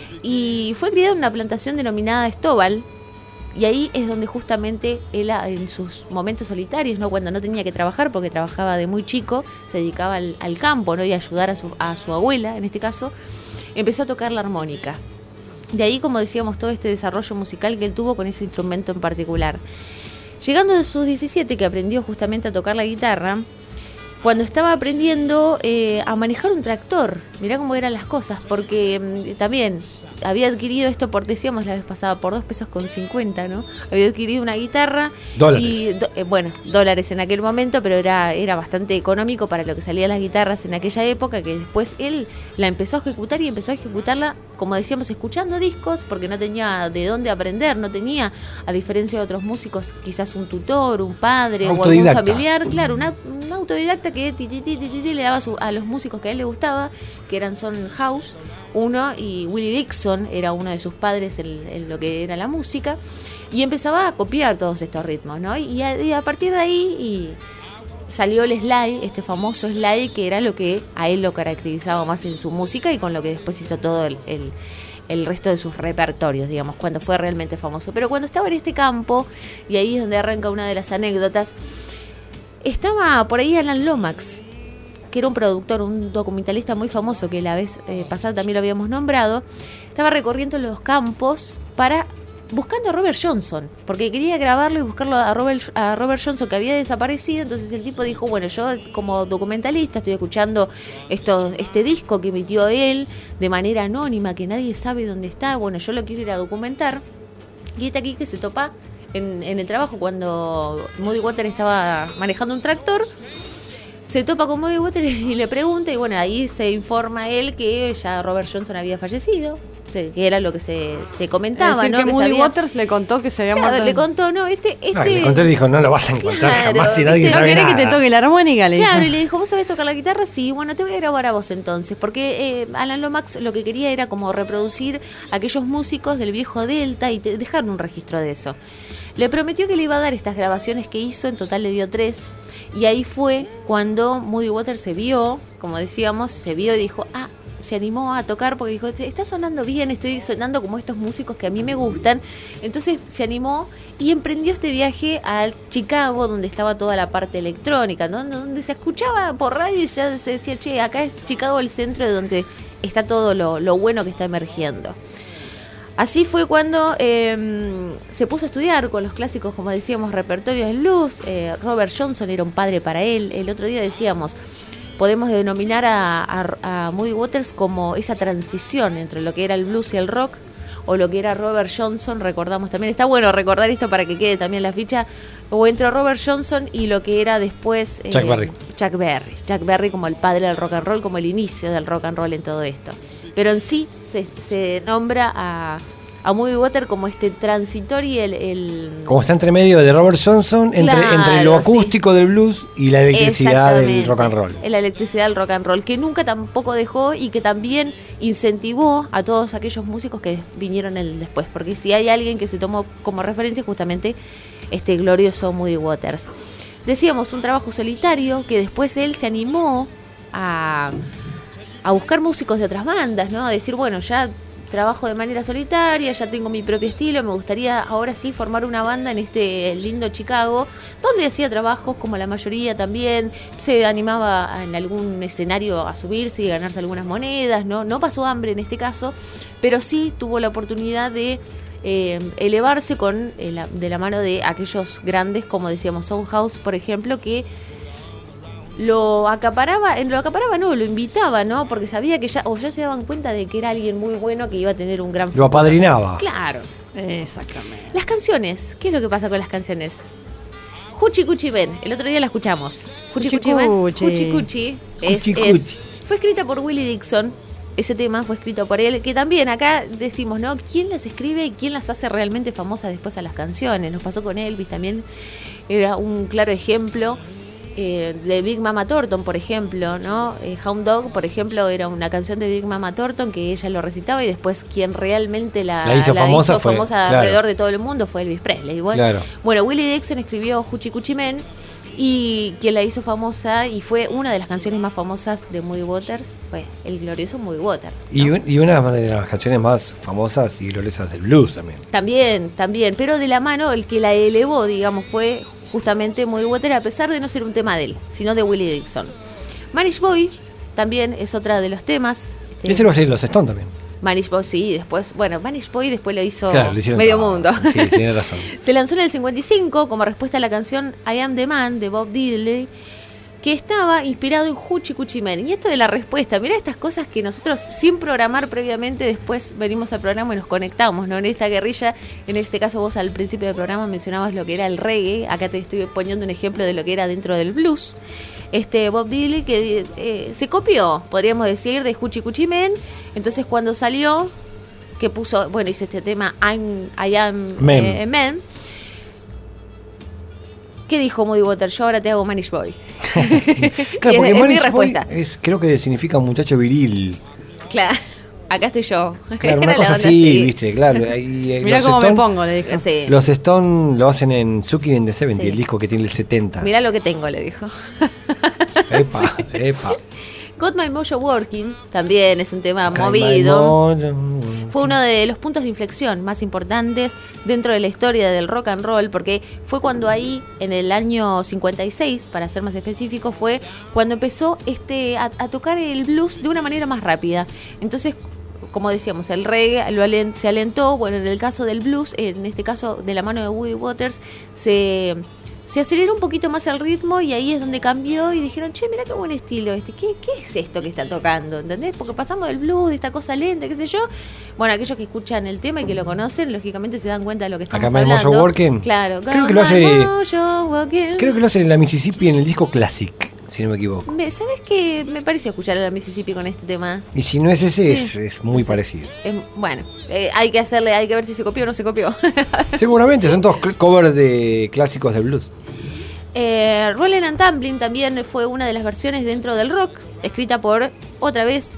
Y fue criado en una plantación denominada Stovall, y ahí es donde justamente él, en sus momentos solitarios, ¿no? Cuando no tenía que trabajar, porque trabajaba de muy chico, se dedicaba al campo, ¿no? Y a ayudar a su abuela, en este caso, empezó a tocar la armónica. De ahí, como decíamos, todo este desarrollo musical que él tuvo con ese instrumento en particular. Llegando a sus 17, que aprendió justamente a tocar la guitarra, cuando estaba aprendiendo a manejar un tractor, mirá cómo eran las cosas, porque también había adquirido esto, por decíamos la vez pasada, por $2.50, ¿no? Había adquirido una guitarra. Dólares. Y, dólares en aquel momento, pero era bastante económico para lo que salían las guitarras en aquella época, que después él la empezó a ejecutar y empezó a ejecutarla, como decíamos, escuchando discos, porque no tenía de dónde aprender, no tenía, a diferencia de otros músicos, quizás un tutor, un padre o algún familiar, claro, un autodidacta que le daba a los músicos que a él le gustaba, que eran Son House, uno, y Willie Dixon era uno de sus padres en lo que era la música, y empezaba a copiar todos estos ritmos, ¿no? Y a partir de ahí salió el slide, este famoso slide, que era lo que a él lo caracterizaba más en su música y con lo que después hizo todo el resto de sus repertorios, digamos, cuando fue realmente famoso. Pero cuando estaba en este campo, y ahí es donde arranca una de las anécdotas, estaba por ahí Alan Lomax, que era un productor, un documentalista muy famoso, que la vez pasada también lo habíamos nombrado. Estaba recorriendo los campos buscando a Robert Johnson, porque quería grabarlo y buscarlo a Robert Johnson, que había desaparecido. Entonces el tipo dijo, bueno, yo como documentalista estoy escuchando este disco que emitió él de manera anónima, que nadie sabe dónde está, bueno, yo lo quiero ir a documentar. Y está aquí que se topa en el trabajo, cuando Muddy Waters estaba manejando un tractor, se topa con Muddy Waters y le pregunta, y bueno, ahí se informa él que ya Robert Johnson había fallecido, que era lo que se comentaba, es decir, ¿no? que Muddy Waters le contó que se había muerto. Le contó, no, le contó y dijo, no lo vas a encontrar jamás si nadie sabe nada. ¿No querés que te toque la armónica? Claro, y le dijo, ¿vos sabés tocar la guitarra? Sí, bueno, te voy a grabar a vos entonces, porque Alan Lomax lo que quería era como reproducir a aquellos músicos del viejo Delta y dejar un registro de eso. Le prometió que le iba a dar estas grabaciones que hizo, en total le dio 3, y ahí fue cuando Muddy Waters se vio, como decíamos, y dijo, se animó a tocar, porque dijo, está sonando bien, estoy sonando como estos músicos que a mí me gustan. Entonces se animó y emprendió este viaje a Chicago, donde estaba toda la parte electrónica, ¿no? Donde se escuchaba por radio y se decía, che, acá es Chicago el centro de donde está todo lo bueno que está emergiendo. Así fue cuando se puso a estudiar con los clásicos, como decíamos, repertorios del blues. Robert Johnson era un padre para él. El otro día decíamos, podemos denominar a Muddy Waters como esa transición entre lo que era el blues y el rock, o lo que era Robert Johnson, recordamos también, está bueno recordar esto para que quede también la ficha, o entre Robert Johnson y lo que era después Chuck Berry como el padre del rock and roll, como el inicio del rock and roll en todo esto. Pero en sí se nombra a Muddy Waters como este transitor y como está entre medio de Robert Johnson, entre lo acústico del blues y la electricidad del rock and roll. La electricidad del rock and roll, que nunca tampoco dejó y que también incentivó a todos aquellos músicos que vinieron después, porque si hay alguien que se tomó como referencia, justamente este glorioso Muddy Waters. Decíamos, un trabajo solitario que después él se animó a buscar músicos de otras bandas, ¿no? A decir, bueno, ya trabajo de manera solitaria, ya tengo mi propio estilo, me gustaría ahora sí formar una banda en este lindo Chicago, donde hacía trabajos como la mayoría también, se animaba en algún escenario a subirse y ganarse algunas monedas, no pasó hambre en este caso, pero sí tuvo la oportunidad de elevarse de la mano de aquellos grandes, como decíamos, Soundhouse, por ejemplo, que lo invitaba, ¿no? Porque sabía que ya se daban cuenta de que era alguien muy bueno, que iba a tener un gran futuro. Lo apadrinaba. Claro. Exactamente. Las canciones, ¿qué es lo que pasa con las canciones? Hoochie Coochie Ben, el otro día la escuchamos. Hoochie Coochie Ben, Hoochie Coochie fue escrita por Willie Dixon, Ese tema fue escrito por él, que también acá decimos, ¿no? ¿Quién las escribe y quién las hace realmente famosas después a las canciones? Nos pasó con Elvis también, era un claro ejemplo. De Big Mama Thornton, por ejemplo, ¿no? Hound Dog, por ejemplo, era una canción de Big Mama Thornton que ella lo recitaba y después quien realmente la hizo famosa alrededor de todo el mundo fue Elvis Presley. Bueno, Willie Dixon escribió Hoochie Coochie Man y quien la hizo famosa y fue una de las canciones más famosas de Muddy Waters fue el glorioso Muddy Waters, ¿no? Y una de las canciones más famosas y gloriosas del blues también. También, pero de la mano el que la elevó, digamos, fue justamente Muddy Waters, a pesar de no ser un tema de él, sino de Willie Dixon. Manish Boy también es otra de los temas. Ese lo va a hacer los Stones también. Manish Boy, sí, después, Manish Boy después lo hizo medio mundo. Sí, tiene razón. Se lanzó en el 55 como respuesta a la canción I Am the Man de Bob Dylan, que estaba inspirado en Hoochie Coochie Man. Y esto de la respuesta, mirá estas cosas que nosotros sin programar previamente, después venimos al programa y nos conectamos, ¿no? En esta guerrilla, en este caso vos al principio del programa mencionabas lo que era el reggae, acá te estoy poniendo un ejemplo de lo que era dentro del blues. Bob Dylan que se copió, podríamos decir, de Hoochie Coochie Man. Entonces cuando salió, que puso, hizo este tema I Am Man. ¿Qué dijo Muddy Waters? Yo ahora te hago Manish Boy. Claro, porque es mi respuesta. Creo que significa un muchacho viril. Claro, acá estoy yo. Claro, una cosa así, viste, claro. Mirá cómo me pongo, le dijo. Sí. Los Stones lo hacen en Sucking in the 70, el disco que tiene el 70. Mirá lo que tengo, le dijo. Epa. Got My Mojo Working también es un tema movido. Fue uno de los puntos de inflexión más importantes dentro de la historia del rock and roll, porque fue cuando ahí, en el año 56, para ser más específico, fue cuando empezó a tocar el blues de una manera más rápida. Entonces, como decíamos, el reggae se alentó. Bueno, en el caso del blues, en este caso de la mano de Muddy Waters, se aceleró un poquito más el ritmo y ahí es donde cambió y dijeron, che, mirá qué buen estilo ¿qué es esto que está tocando? ¿Entendés? Porque pasamos del blues, de esta cosa lenta, qué sé yo. Bueno, aquellos que escuchan el tema y que lo conocen, lógicamente se dan cuenta de lo que estamos hablando. Acá Mojo Working. Claro. Creo que lo hace en la Mississippi en el disco Classic, si no me equivoco. ¿Sabes qué? Me pareció escuchar a la Mississippi con este tema. Y si no es ese, sí. es muy parecido. Hay que ver si se copió o no se copió. Seguramente, son todos covers de clásicos de blues. Rollin' and Tumbling también fue una de las versiones dentro del rock, escrita por, otra vez,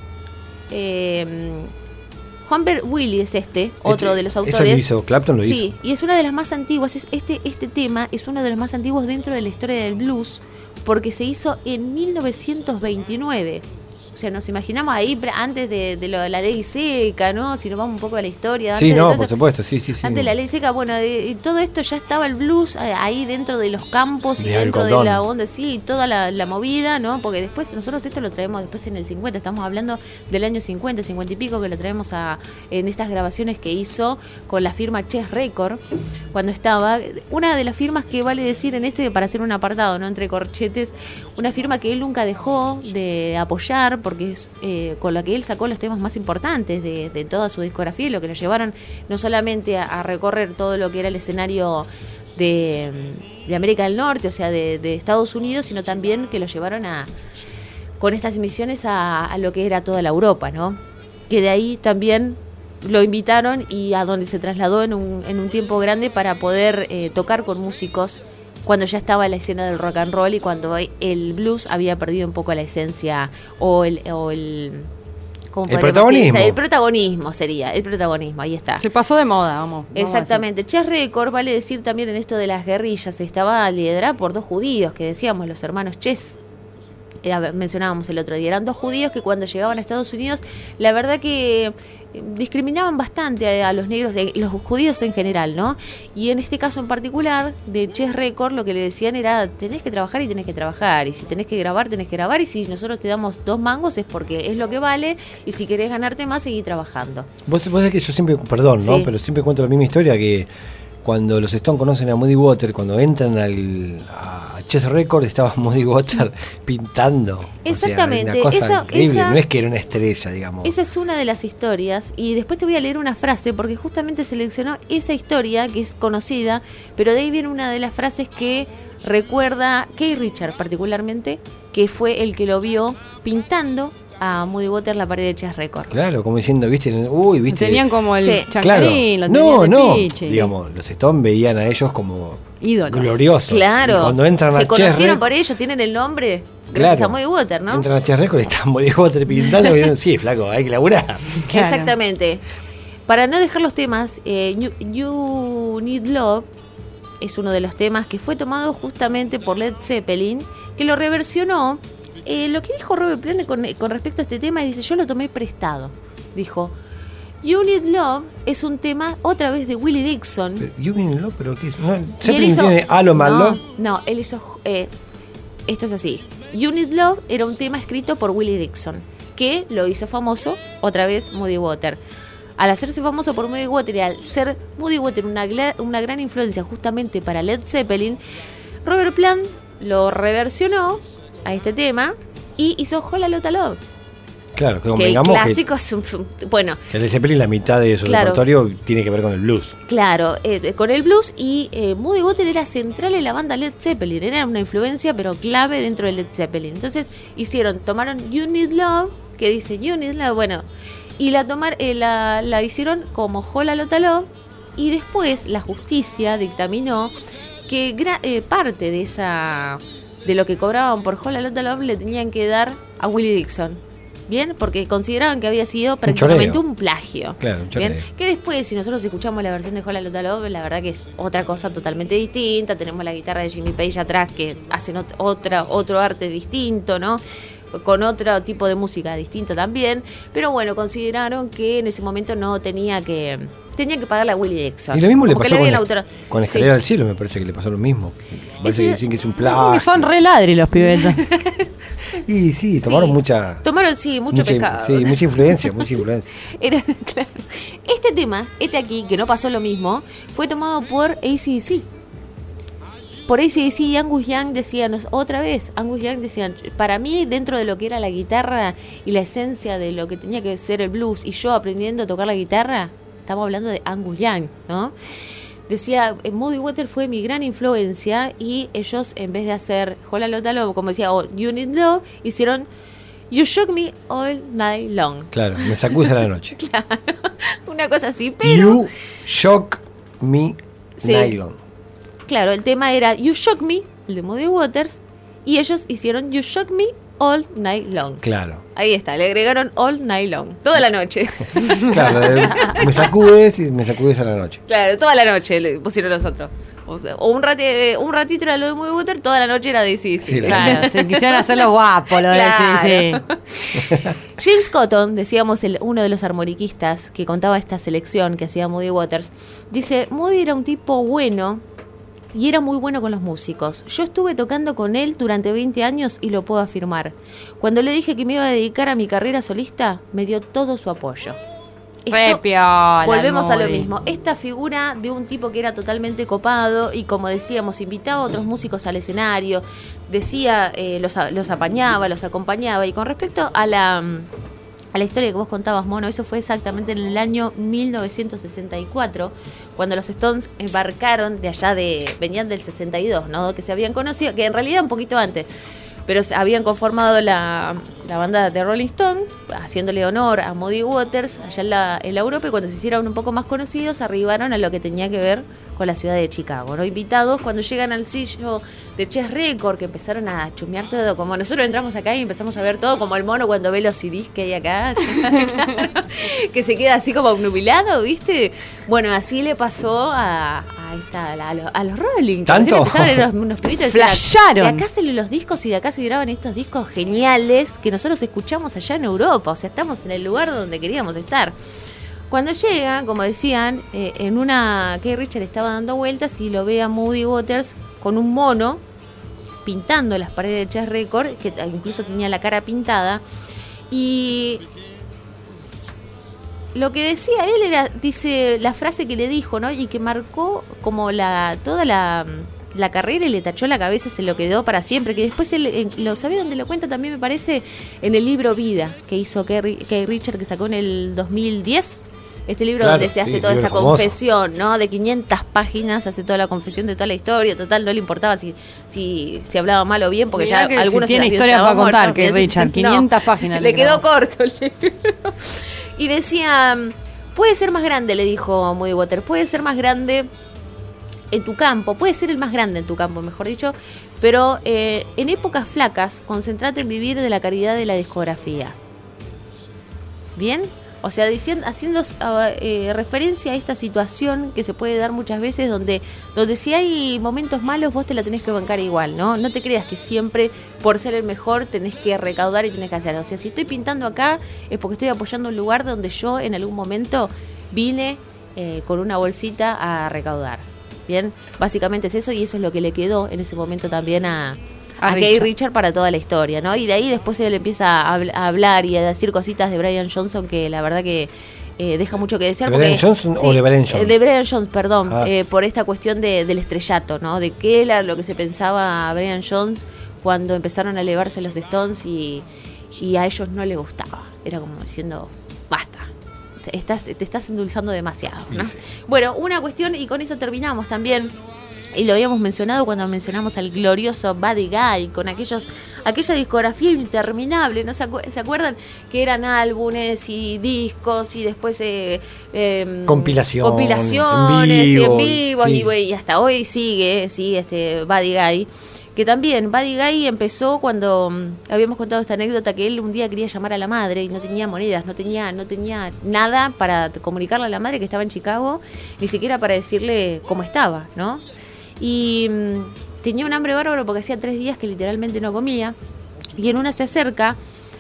Humphrey Willie es otro de los autores. Eso lo hizo, Clapton lo hizo. Sí, y es una de las más antiguas. Este tema es uno de los más antiguos dentro de la historia del blues, porque se hizo en 1929. O sea, nos imaginamos ahí antes de la ley seca, ¿no? Si nos vamos un poco a la historia. Sí, por supuesto, sí. Antes de la ley seca, y todo esto ya estaba el blues ahí dentro de los campos y dentro de la onda, y toda la movida, ¿no? Porque después nosotros esto lo traemos después en el 50, estamos hablando del año 50 y pico, que lo traemos en estas grabaciones que hizo con la firma Chess Record, cuando estaba, una de las firmas que vale decir en esto, y para hacer un apartado, ¿no? Entre corchetes, una firma que él nunca dejó de apoyar, porque es con la que él sacó los temas más importantes de toda su discografía y lo que lo llevaron no solamente a recorrer todo lo que era el escenario de América del Norte, o sea, de Estados Unidos, sino también que lo llevaron con estas emisiones a lo que era toda la Europa, ¿no? Que de ahí también lo invitaron y a donde se trasladó en un tiempo grande para poder tocar con músicos cuando ya estaba la escena del rock and roll y cuando el blues había perdido un poco la esencia o el protagonismo. El protagonismo sería, ahí está. Se pasó de moda, vamos. Exactamente. Chess Record, vale decir también en esto de las guerrillas, estaba liderada por dos judíos, que decíamos, los hermanos Chess. Mencionábamos el otro día, eran dos judíos que cuando llegaban a Estados Unidos, la verdad que discriminaban bastante a los negros, los judíos en general, ¿no? Y en este caso en particular, de Chess Record, lo que le decían era, tenés que trabajar y tenés que trabajar, y si tenés que grabar, y si nosotros te damos 2 mangos es porque es lo que vale, y si querés ganarte más, seguí trabajando. Vos sabés que yo siempre, ¿no? Sí. Pero siempre cuento la misma historia, que cuando los Stones conocen a Muddy Waters, cuando entran a Chess Record, estaba Muddy Waters pintando. Exactamente. O sea, una cosa increíble. No es que era una estrella, digamos. Esa es una de las historias. Y después te voy a leer una frase, porque justamente seleccionó esa historia, que es conocida, pero de ahí viene una de las frases que recuerda Keith Richards particularmente, que fue el que lo vio pintando a Muddy Waters la pared de Chess Records. Claro, como diciendo, viste, viste. Tenían como el Sí. chancarín, Claro. lo tenían de piche. Digamos, los Stones veían a ellos como ídolos. gloriosos. Claro. Y cuando entran se a Chess conocieron Records, por ellos, tienen el nombre gracias a Muddy Waters, ¿no? Entran a Chess Records y están Muddy Waters pintando y dicen, sí, flaco, hay que laburar. Claro. Exactamente. Para no dejar los temas, You Need Love es uno de los temas que fue tomado justamente por Led Zeppelin, que lo reversionó. Lo que dijo Robert Plant con respecto a este tema, dice, yo lo tomé prestado. Dijo, You Need Love es un tema otra vez de Willie Dixon. You Need Love, pero ¿qué es? ¿No? Y él ¿Zeppelin hizo- tiene Halo Malo? No, él hizo... esto es así. You Need Love era un tema escrito por Willie Dixon, que lo hizo famoso otra vez Muddy Waters. Al hacerse famoso por Muddy Waters y al ser Muddy Waters una gran influencia justamente para Led Zeppelin, Robert Plant lo reversionó a este tema y hizo Hola Lotta Love. Claro, que Que el convengamos clásico es un... Bueno, que Led Zeppelin la mitad de su Claro. repertorio tiene que ver con el blues. claro, con el blues y Muddy Waters era central en la banda Led Zeppelin, era una influencia pero clave dentro de Led Zeppelin. Entonces tomaron You Need Love, que dice You Need Love, bueno, y la hicieron como Hola Lotta Love, y después la justicia dictaminó que parte de lo que cobraban por Hola Lotta Love le tenían que dar a Willie Dixon. Bien, porque consideraban que había sido prácticamente choreo. un plagio. Claro, un choreo. Bien, que después, si nosotros escuchamos la versión de Hola Lotta Love, la verdad que es otra cosa totalmente distinta. Tenemos la guitarra de Jimmy Page atrás que hacen otro arte distinto, ¿no? Con otro tipo de música distinta también. Pero bueno, consideraron que en ese momento no tenía que pagarle a Willie Dixon. Y lo mismo le Como que pasó habían con Sí. Escalera al Cielo, me parece que le pasó lo mismo. Parece que dicen que es un plagio. Que son re ladri los pibetos. Y sí, tomaron mucha mucho pescado. Sí, mucha influencia, mucha influencia. Era, claro. Este tema, aquí, que no pasó lo mismo, fue tomado por AC/DC. Por AC/DC y Angus Young decían, otra vez, Angus Young decían, para mí, dentro de lo que era la guitarra y la esencia de lo que tenía que ser el blues, y yo aprendiendo a tocar la guitarra, estamos hablando de Angus Young, ¿no? Decía, Muddy Waters fue mi gran influencia, y ellos, en vez de hacer Hola Lotta Love, como decía, You Need Love, hicieron You Shook Me All Night Long. Claro, me sacudes a la noche. Claro, una cosa así, pero... You Shock Me Sí. Nylon. Claro, el tema era You Shock Me, el de Muddy Waters, y ellos hicieron You Shock Me All Night Long. Claro. Ahí está, le agregaron All Night Long, toda la noche. Claro, me sacudes y me sacudes a la noche. Claro, toda la noche le pusieron los otros. O un ratito era lo de Muddy Waters, toda la noche era de sí. Sí, Claro, se quisieron hacerlo guapo, lo de Claro. sí. James Cotton, decíamos, uno de los armoniquistas que contaba esta selección que hacía Muddy Waters, dice, Muddy era un tipo bueno y era muy bueno con los músicos. Yo estuve tocando con él durante 20 años y lo puedo afirmar. Cuando le dije que me iba a dedicar a mi carrera solista, me dio todo su apoyo. Re piola, Volvemos a lo Muddy. mismo. Esta figura de un tipo que era totalmente copado y, como decíamos, invitaba a otros músicos al escenario, decía, los apañaba, los acompañaba. Y con respecto a la historia que vos contabas, Mono, eso fue exactamente en el año 1964, cuando los Stones embarcaron de allá venían del 62, ¿no? Que se habían conocido, que en realidad un poquito antes, pero habían conformado la banda de Rolling Stones, haciéndole honor a Muddy Waters allá en la Europa, y cuando se hicieron un poco más conocidos, arribaron a lo que tenía que ver con la ciudad de Chicago, ¿no? Invitados, cuando llegan al sello de Chess Records, que empezaron a chumear todo, como nosotros entramos acá y empezamos a ver todo, como el mono cuando ve los CDs que hay acá, claro, que se queda así como obnubilado, ¿viste? Bueno, así le pasó a los Rolling. ¿Tanto? Empezaron unos pibitos y decían, Flasharon. de acá salen los discos y de acá se graban estos discos geniales que nosotros escuchamos allá en Europa, o sea, estamos en el lugar donde queríamos estar. Cuando llega, como decían, en una que Richard estaba dando vueltas y lo ve a Muddy Waters con un mono pintando las paredes de Chess Records, que incluso tenía la cara pintada, y lo que decía él era, dice, la frase que le dijo, ¿no? Y que marcó como toda la carrera y le tachó la cabeza, se lo quedó para siempre, que después él, lo sabía dónde lo cuenta también, me parece, en el libro Vida, que hizo Kay Richard, que sacó en el 2010, Este libro Claro, donde se hace sí, toda libro esta famoso. confesión, ¿no? De 500 páginas, hace toda la confesión de toda la historia. Total, no le importaba si hablaba mal o bien, porque Mirá ya que algunos si tiene se historias estaban para contar, muertos. que Richard, 500 páginas Le le quedó grabó. corto el libro. Y decía, puede ser más grande, le dijo Muddy Waters, puede ser más grande en tu campo, puede ser el más grande en tu campo, mejor dicho, pero en épocas flacas, concentrate en vivir de la caridad de la discografía. ¿Bien? O sea, haciendo referencia a esta situación que se puede dar muchas veces donde si hay momentos malos vos te la tenés que bancar igual, ¿no? No te creas que siempre por ser el mejor tenés que recaudar y tenés que hacer. O sea, si estoy pintando acá es porque estoy apoyando un lugar donde yo en algún momento vine con una bolsita a recaudar. Bien, básicamente es eso y eso es lo que le quedó en ese momento también a Keith Richards para toda la historia, ¿no? Y de ahí después él empieza a hablar y a decir cositas de Brian Johnson que la verdad que deja mucho que desear. ¿De Brian Johnson o de Brian Jones? De Brian Jones, perdón, Ah. por esta cuestión del estrellato, ¿no? De qué era lo que se pensaba a Brian Jones cuando empezaron a elevarse los Stones y a ellos no les gustaba. Era como diciendo, basta. Te estás endulzando demasiado, ¿no? Sí. Bueno, una cuestión, y con esto terminamos también, y lo habíamos mencionado cuando mencionamos al glorioso Buddy Guy, con aquella discografía interminable, ¿no? ¿Se acuerdan? Que eran álbumes y discos y después compilaciones en vivos sí. y hasta hoy sigue este Buddy Guy. Que también Buddy Guy empezó cuando habíamos contado esta anécdota que él un día quería llamar a la madre y no tenía monedas, no tenía nada para comunicarle a la madre que estaba en Chicago, ni siquiera para decirle cómo estaba, ¿no? Y tenía un hambre bárbaro porque hacía 3 días que literalmente no comía. Y en una se acerca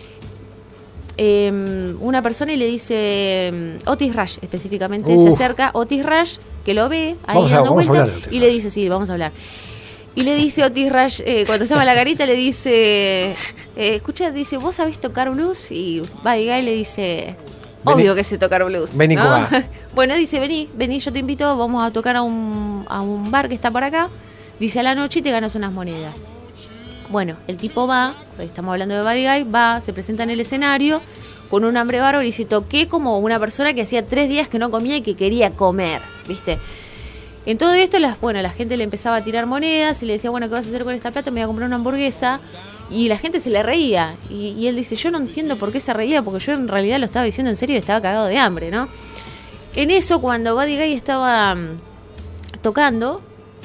una persona y le dice, Otis Rush específicamente, se acerca Otis Rush, que lo ve ahí dando vueltas, y le dice, sí, vamos a hablar. Y le dice Otis Rush, cuando estaba en la garita, le dice, escucha, dice, ¿vos sabés tocar blues? Y Buddy Guy le dice, obvio Vení, que sé tocar blues. vení, ¿no? Cuba. Bueno, dice, vení, yo te invito, vamos a tocar a un bar que está por acá. Dice, a la noche y te ganas unas monedas. Bueno, el tipo va, estamos hablando de Buddy Guy, va, se presenta en el escenario con un hambre bárbaro y dice, toqué como una persona que hacía 3 días que no comía y que quería comer, ¿viste? En todo esto, la gente le empezaba a tirar monedas y le decía, bueno, ¿qué vas a hacer con esta plata? Me voy a comprar una hamburguesa. Y la gente se le reía. Y él dice, yo no entiendo por qué se reía, porque yo en realidad lo estaba diciendo en serio y estaba cagado de hambre, ¿no? En eso, cuando Buddy Guy estaba tocando,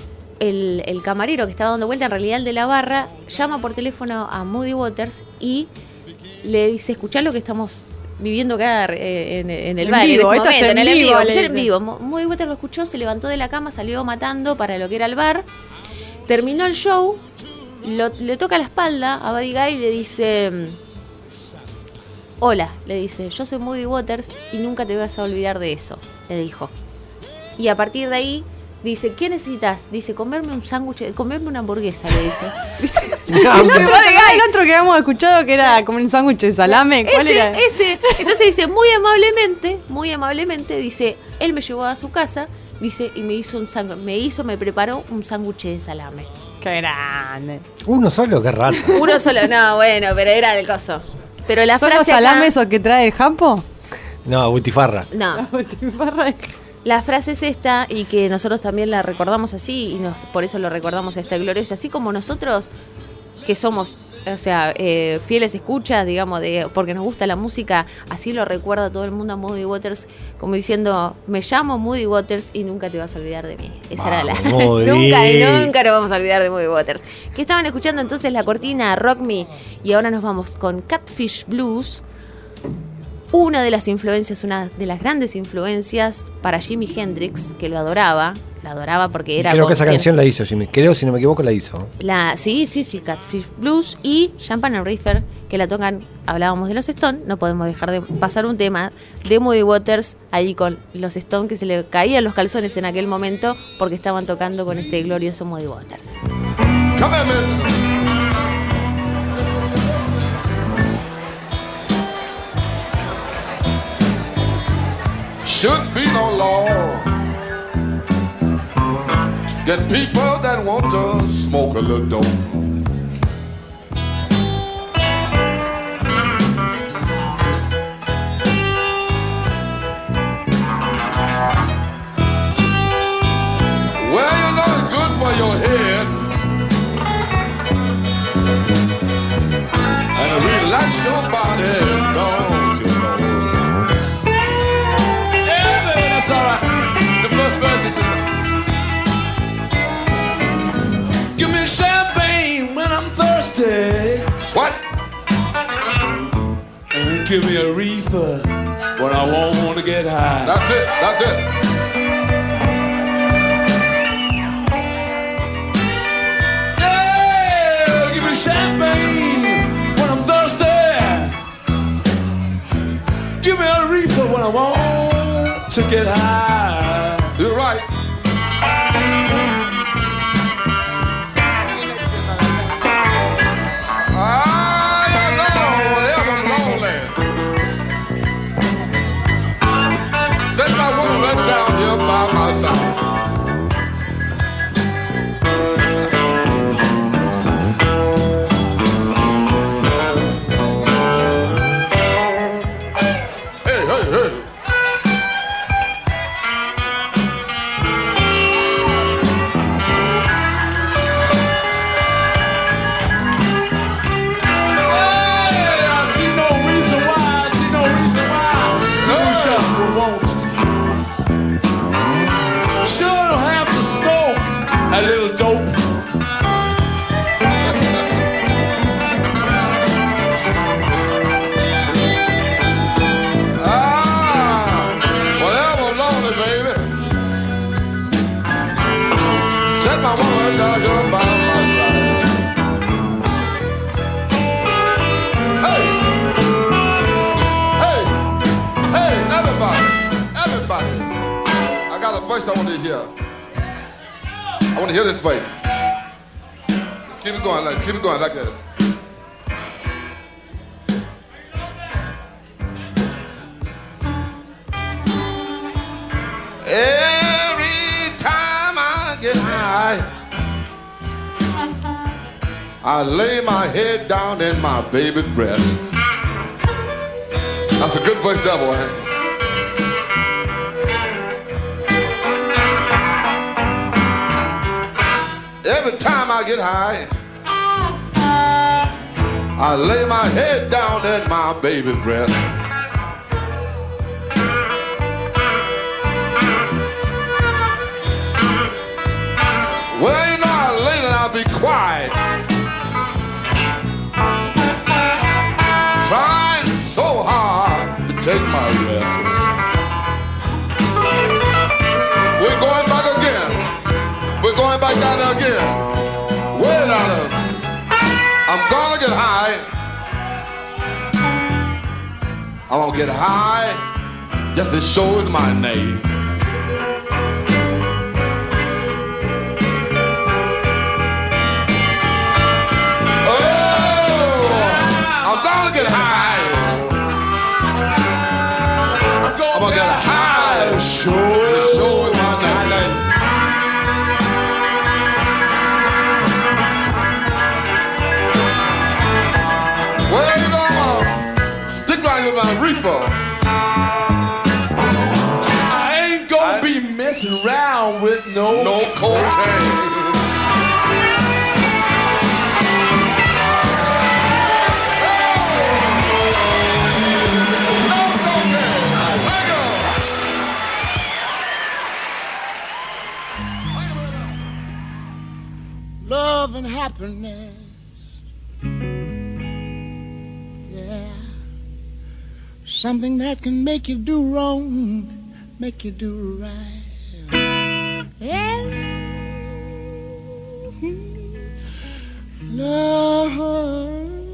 el camarero que estaba dando vuelta, en realidad el de la barra, llama por teléfono a Muddy Waters y le dice, escuchá lo que estamos viviendo acá en el bar, vivo, en esto este es momento, en vivo, ayer le en dice. vivo. Muddy Waters lo escuchó, se levantó de la cama, salió matando para lo que era el bar, terminó el show, le toca la espalda a Buddy Guy y le dice, hola, le dice, yo soy Muddy Waters y nunca te vas a olvidar de eso, le dijo. Y a partir de ahí dice, ¿qué necesitas? Dice, comerme un sándwich, comerme una hamburguesa, le dice. ¿Viste? El otro que habíamos escuchado que era como un sándwich de salame. ¿Cuál era? Ese. Entonces dice, muy amablemente, dice, él me llevó a su casa, dice, y me preparó un sándwich de salame. Qué grande. Uno solo, qué raro. Uno solo, no, bueno, pero era del coso. Pero la ¿Son los frase acá- salames o que trae el jampo? No, butifarra. No, la frase es esta, y que nosotros también la recordamos así, y por eso lo recordamos a esta gloriosa, así como nosotros, que somos, o sea, fieles escuchas, digamos, porque nos gusta la música, así lo recuerda todo el mundo a Muddy Waters, como diciendo, me llamo Muddy Waters y nunca te vas a olvidar de mí. Esa era la... Muddy. nunca nos vamos a olvidar de Muddy Waters. Que estaban escuchando entonces la cortina Rock Me, y ahora nos vamos con Catfish Blues, una de las grandes influencias para Jimi Hendrix, que lo adoraba porque era... Creo que esa canción la hizo Jimmy. Creo, si no me equivoco, la hizo. Sí, Catfish Blues y Champagne and Reefer, que la tocan, hablábamos de los Stones, no podemos dejar de pasar un tema de Muddy Waters ahí con los Stones, que se le caían los calzones en aquel momento porque estaban tocando con este glorioso Muddy Waters. Come here, man. Should be no law. Get people that want to smoke a little dope. Relax your body, don't you know? Yeah, baby, that's all right. The first verse is, give me champagne when I'm thirsty. What? And give me a reefer when I want to get high. That's it, that's it. Yeah, give me champagne when I'm thirsty. Give me a reefer when I want to get high. You're right. Down here by my side. Hey, hey, hey. Hey, I see no reason why. I see no reason why. You shall won't. Sure don't have to smoke a little dope. Whatever, lonely baby. Set my woman down here by my side. Hey, hey, hey, everybody, everybody. I got a voice I want to hear. I want to hear this voice. Just keep it going like that. Every time I get high, I lay my head down in my baby's breast. That's a good voice, that boy. Every time I get high, I lay my head down in my baby's breast. Well, you know, I lay and I'll be quiet, trying so hard to take my rest. We're going back again. We're going back down there again. Way down there. I'm gonna get high. I'm gonna get high just as sure as my name. I'm gonna get high, sure is my name. Well, you gonna stick by with my reefer. I ain't gonna be messing around with no cocaine. Love and happiness, yeah, something that can make you do wrong, make you do right, yeah. Love.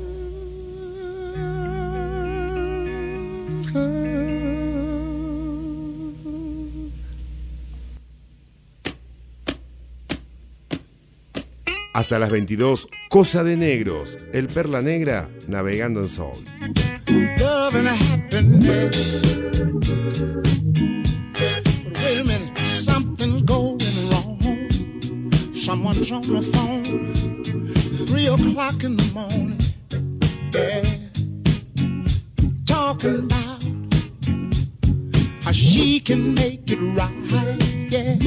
Hasta las 22, Cosa de Negros, el Perla Negra navegando en soul. Love and happiness. But wait a minute, something's going wrong. Someone's on the phone, 3 o'clock in the morning, yeah, talking about how she can make it right, yeah.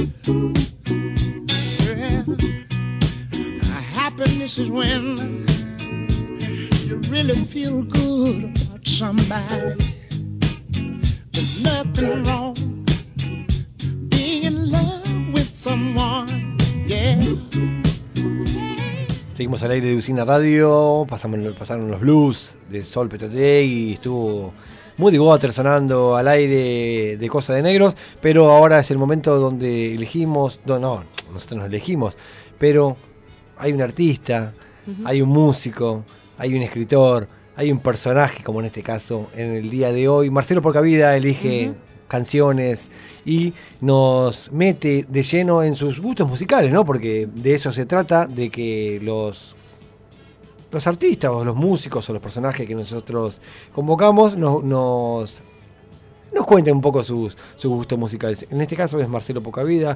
Happiness is when you really feel good about somebody. There's nothing wrong being in love with someone, yeah. Seguimos al aire de Usina Radio, pasaron los blues de Sol Petrotegui y estuvo Muddy Waters sonando al aire de Cosa de Negros, pero ahora es el momento donde elegimos, no, nosotros nos elegimos, pero hay un artista, hay un músico, hay un escritor, hay un personaje, como en este caso, en el día de hoy. Marcelo Porcavida elige canciones y nos mete de lleno en sus gustos musicales, ¿no? Porque de eso se trata, de que los artistas o los músicos o los personajes que nosotros convocamos nos cuenten un poco sus gustos musicales. En este caso es Marcelo Porcavida,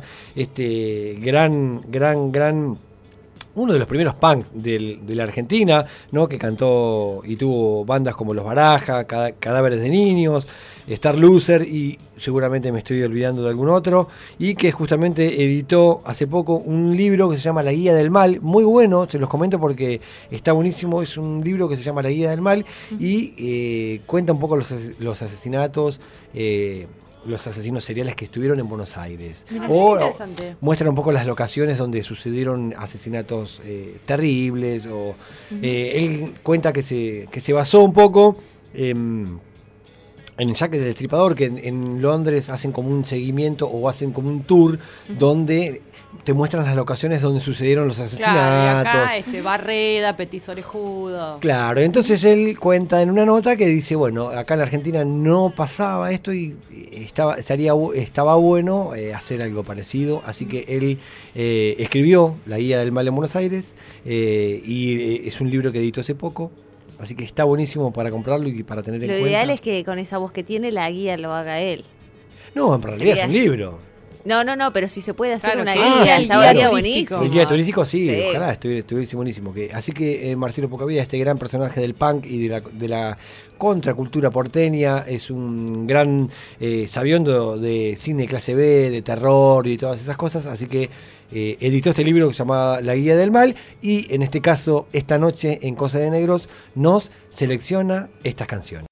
gran uno de los primeros punks de la Argentina, ¿no? Que cantó y tuvo bandas como Los Baraja, Cadáveres de Niños, Star Loser y seguramente me estoy olvidando de algún otro, y que justamente editó hace poco un libro que se llama La Guía del Mal, muy bueno, se los comento porque está buenísimo. Es un libro que se llama La Guía del Mal y cuenta un poco los asesinatos, los asesinos seriales que estuvieron en Buenos Aires. Mirá, o interesante. muestran un poco las locaciones donde sucedieron asesinatos terribles. Él cuenta que se basó un poco en Jack el Destripador, que en Londres hacen como un seguimiento o hacen como un tour donde te muestran las locaciones donde sucedieron los asesinatos. Claro, y acá Barreda, Petiso Orejudo. Claro, entonces él cuenta en una nota que dice, bueno, acá en la Argentina no pasaba esto y estaba bueno hacer algo parecido, así que él escribió La Guía del Mal en Buenos Aires y es un libro que editó hace poco. Así que está buenísimo para comprarlo y para tener en cuenta. Lo ideal es que con esa voz que tiene la guía lo haga él. No, en realidad es un libro. No, pero si se puede hacer Claro, una que guía, estaría buenísimo. El guía turístico sí, Sí. ojalá estuviese buenísimo. Así que Marcelo Porcavida, este gran personaje del punk y de la contracultura porteña, es un gran sabiondo de cine clase B, de terror y todas esas cosas, así que editó este libro que se llama La Guía del Mal y en este caso, esta noche en Cosa de Negros, nos selecciona estas canciones.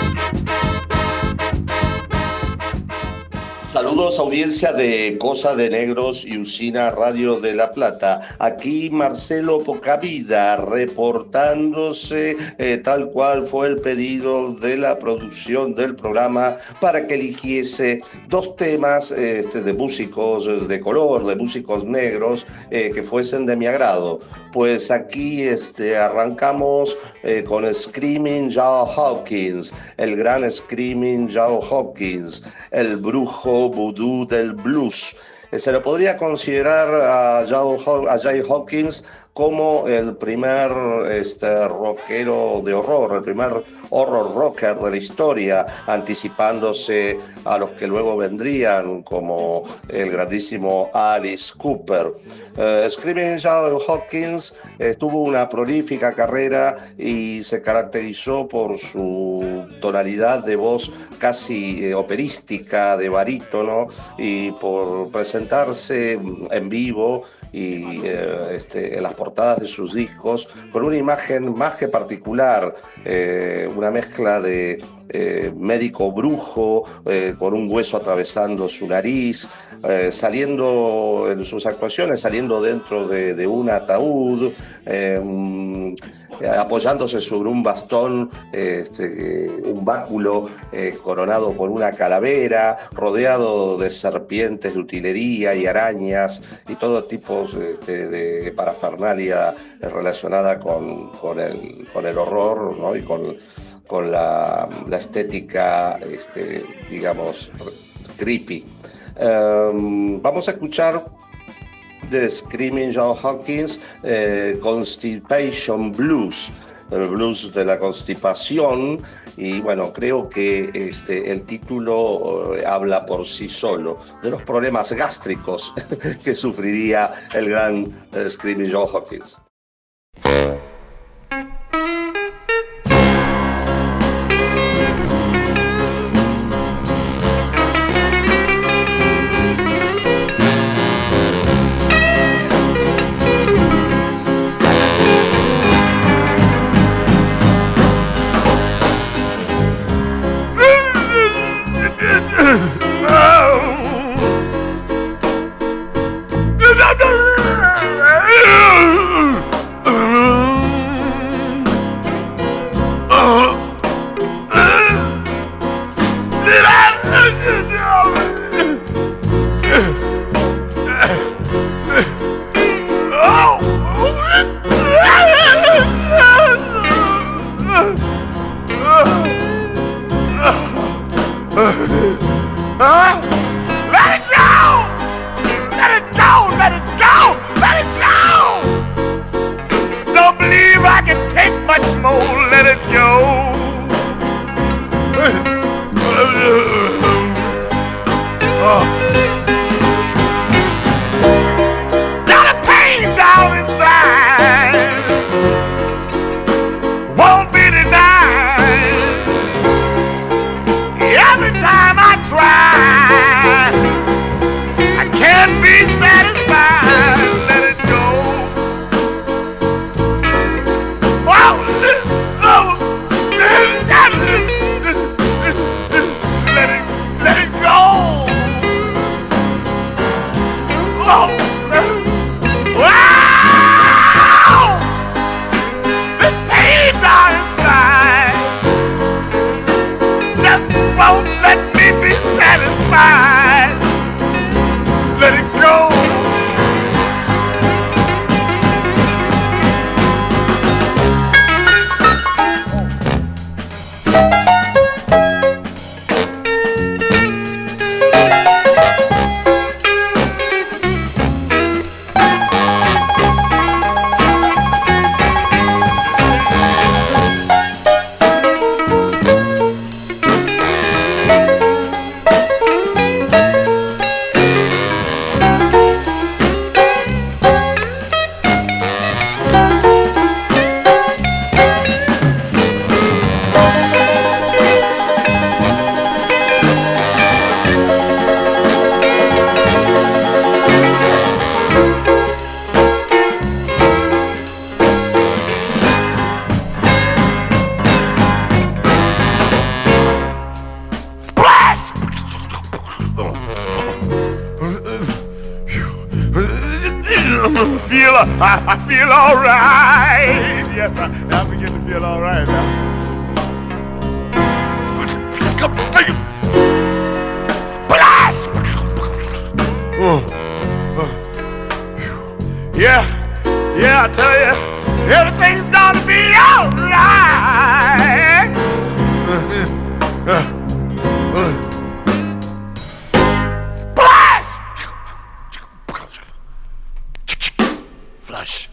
Saludos, audiencia de Cosa de Negros y Usina Radio de La Plata. Aquí Marcelo Porcavida reportándose tal cual fue el pedido de la producción del programa para que eligiese dos temas de músicos de color, de músicos negros que fuesen de mi agrado. Pues aquí arrancamos con Screaming Joe Hawkins, el gran Screaming Joe Hawkins, el brujo vudú del blues. Se lo podría considerar a Jay Hawkins como el primer rockero de horror, el primer horror rocker de la historia, anticipándose a los que luego vendrían, como el grandísimo Alice Cooper. Screaming Joe Hawkins tuvo una prolífica carrera y se caracterizó por su tonalidad de voz casi operística, de barítono, y por presentarse en vivo y en las portadas de sus discos con una imagen más que particular, una mezcla de médico brujo con un hueso atravesando su nariz, saliendo en sus actuaciones, saliendo dentro de un ataúd, apoyándose sobre un bastón, un báculo coronado por una calavera, rodeado de serpientes de utilería y arañas y todo tipo de parafernalia relacionada con el horror, ¿no? Y con la estética, digamos, creepy. Vamos a escuchar de Screaming Joe Hawkins, Constipation Blues, el blues de la constipación, y bueno, creo que el título habla por sí solo de los problemas gástricos que sufriría el gran Screaming Joe Hawkins. I feel all right. Yes, I begin to feel all right now. Splash! Yeah, I tell you, everything's gonna be all right. Splash! Flush.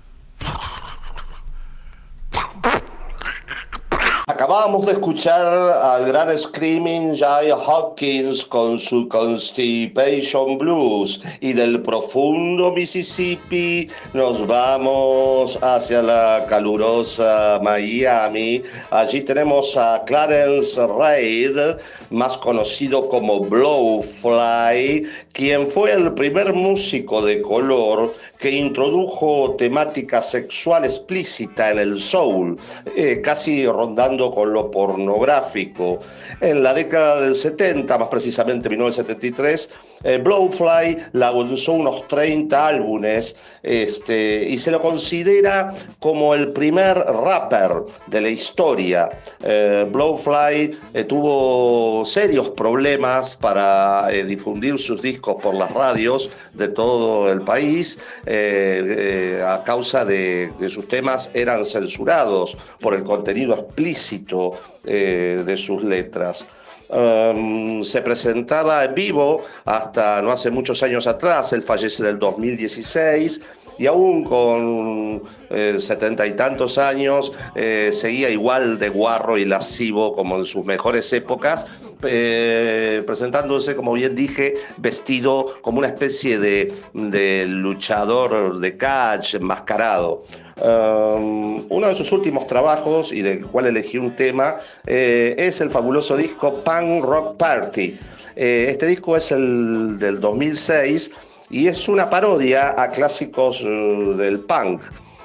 Acabamos de escuchar al gran Screaming Jay Hawkins con su Constipation Blues, y del profundo Mississippi nos vamos hacia la calurosa Miami. Allí tenemos a Clarence Reid, más conocido como Blowfly, quien fue el primer músico de color que introdujo temática sexual explícita en el soul, casi rondando con lo pornográfico. En la década del 70, más precisamente 1973, Blowfly lanzó unos 30 álbumes y se lo considera como el primer rapper de la historia. Blowfly tuvo serios problemas para difundir sus discos por las radios de todo el país, a causa de sus temas eran censurados por el contenido explícito de sus letras. Se presentaba en vivo hasta no hace muchos años atrás. Él fallece en el 2016 y aún con 70 y tantos años seguía igual de guarro y lascivo como en sus mejores épocas, presentándose, como bien dije, vestido como una especie de luchador de catch enmascarado. Uno de sus últimos trabajos, y del cual elegí un tema, es el fabuloso disco Punk Rock Party. Este disco es el del 2006 y es una parodia a clásicos del punk.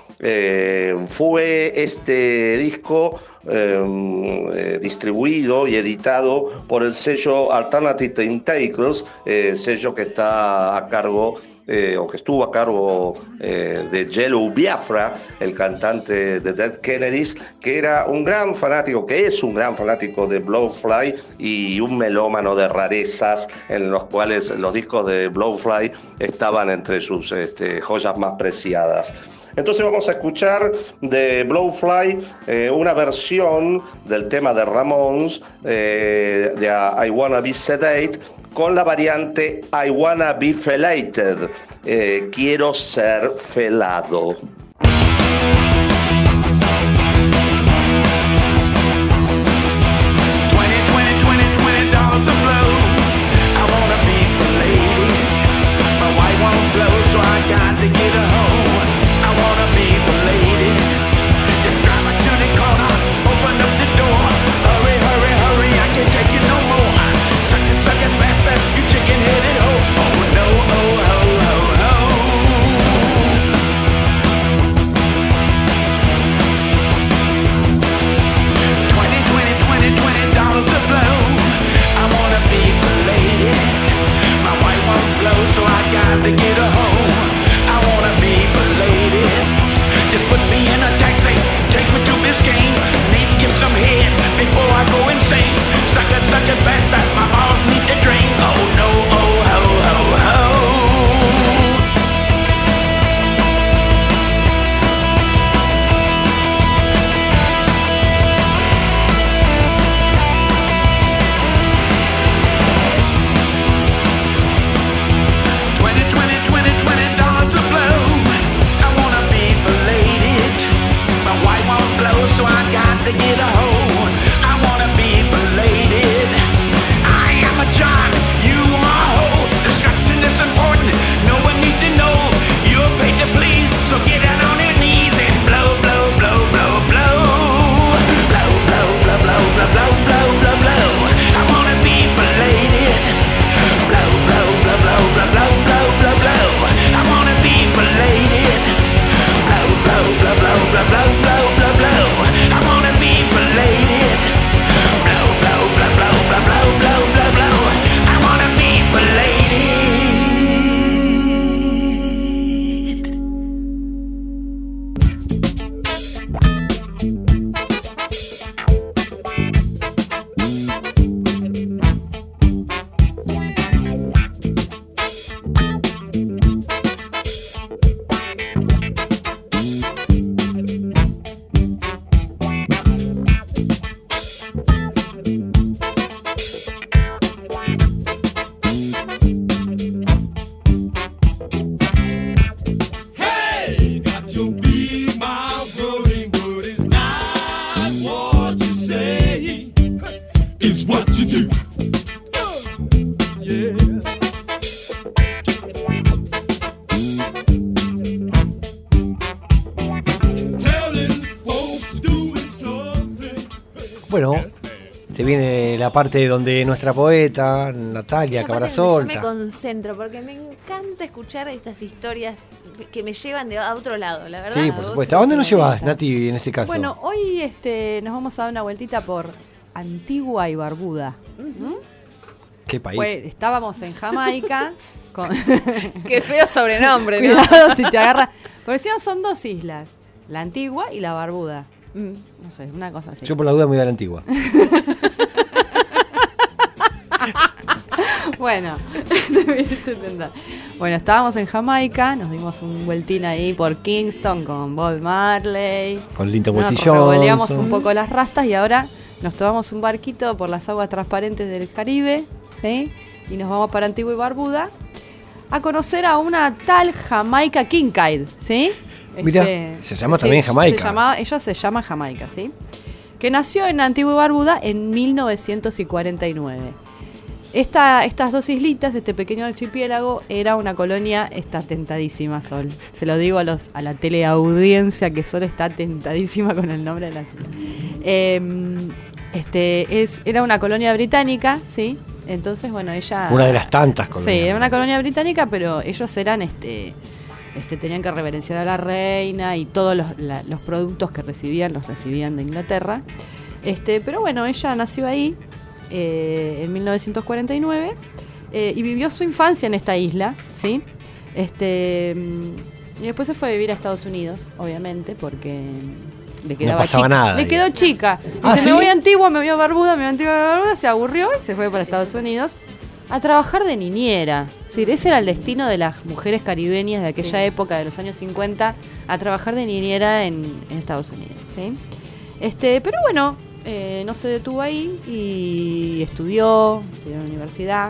Fue este disco distribuido y editado por el sello Alternative Tentacles, sello que está a cargo o que estuvo a cargo de Jello Biafra, el cantante de Dead Kennedys, que era un gran fanático, que es un gran fanático de Blowfly y un melómano de rarezas, en los cuales los discos de Blowfly estaban entre sus joyas más preciadas. Entonces vamos a escuchar de Blowfly una versión del tema de Ramones, de I Wanna Be Sedate, con la variante I Wanna Be Felated, quiero ser felado. To get a home, I wanna be belated. Just put me in a taxi, take me to Biscayne. Need to give some head before I go insane. Suck it fast that my balls need to drain. Oh no, oh ho ho ho. To get a hold, I wanna be belated. I am a John, you are a hoe. Destruction is important, no one needs to know. You're paid to please, so get down on your knees and blow, blow, blow, blow, blow. Blow, blow, blow, blow, blow, blow, blow, blow, blow. I wanna be belated. Blow, blow, blow, blow, blow, blow, blow, blow, blow. I wanna be belated. Blow, blow, blow, blow, blow, blow, blow, blow, blow. I wanna be belated. what you say, it's what you do. Yeah. Telling folks to doing something. Bueno, se viene la parte donde nuestra poeta, Natalia Cabrasolta. Yo me concentro porque me encanta escuchar estas historias que me llevan a otro lado, la verdad. Sí, por supuesto. ¿A dónde nos llevas, Nati, en este caso? Bueno, hoy nos vamos a dar una vueltita por Antigua y Barbuda. ¿Qué país? Pues estábamos en Jamaica. Qué feo sobrenombre, ¿no? Cuidado si te agarra. Porque si no, son dos islas: la Antigua y la Barbuda. No sé, una cosa así. Yo por la duda me voy a la Antigua. Bueno, me hiciste entender. Bueno, estábamos en Jamaica, nos dimos un vueltín ahí por Kingston con Bob Marley. Con Linton Wilson. Nos revoleamos un poco las rastas y ahora nos tomamos un barquito por las aguas transparentes del Caribe, ¿sí? Y nos vamos para Antigua y Barbuda a conocer a una tal Jamaica Kincaid, ¿sí? Mira, se llama también Jamaica. Ella se llama Jamaica, ¿sí? Que nació en Antigua y Barbuda en 1949. Estas dos islitas, este pequeño archipiélago, era una colonia, está tentadísima, Sol. Se lo digo a la teleaudiencia, que Sol está tentadísima con el nombre de la isla. Era una colonia británica, ¿sí? Entonces, bueno, ella... Una de las tantas colonias. Sí, era una colonia británica, pero ellos eran, tenían que reverenciar a la reina y todos los productos que recibían, los recibían de Inglaterra. Pero bueno, ella nació ahí en 1949 y vivió su infancia en esta isla, ¿sí? Y después se fue a vivir a Estados Unidos, obviamente, porque le quedaba chica. Nada, le quedó chica. Dice, ¿sí? me voy a Antigua, me voy a Barbuda, se aburrió y se fue para Estados Unidos a trabajar de niñera. Es decir, ese era el destino de las mujeres caribeñas de aquella época, de los años 50, a trabajar de niñera en Estados Unidos, ¿sí? Pero bueno, no se detuvo ahí y estudió en la universidad.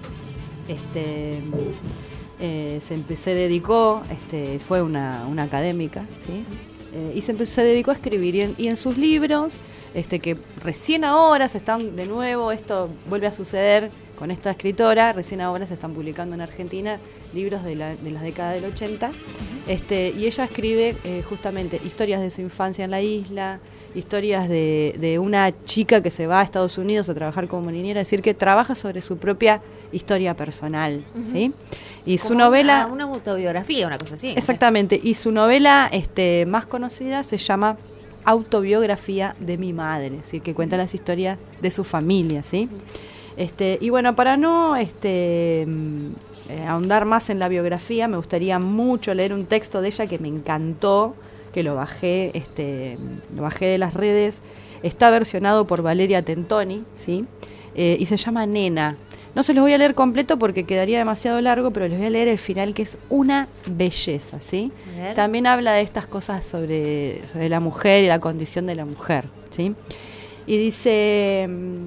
Se dedicó, fue una académica, ¿sí? Y se dedicó a escribir y en sus libros, que recién ahora se están, de nuevo, esto vuelve a suceder con esta escritora, recién ahora se están publicando en Argentina libros de la década del 80, y ella escribe justamente historias de su infancia en la isla, historias de una chica que se va a Estados Unidos a trabajar como niñera, es decir, que trabaja sobre su propia historia personal, ¿sí? Y como su novela... Una autobiografía, una cosa así. Exactamente, y su novela más conocida se llama Autobiografía de mi madre, es decir, que cuenta las historias de su familia, ¿sí? Y bueno, para no ahondar más en la biografía, me gustaría mucho leer un texto de ella que me encantó, que lo bajé de las redes. Está versionado por Valeria Tentoni, ¿sí? Y se llama Nena. No se los voy a leer completo porque quedaría demasiado largo, pero les voy a leer el final, que es una belleza, ¿sí? También habla de estas cosas sobre la mujer y la condición de la mujer, ¿sí? Y dice...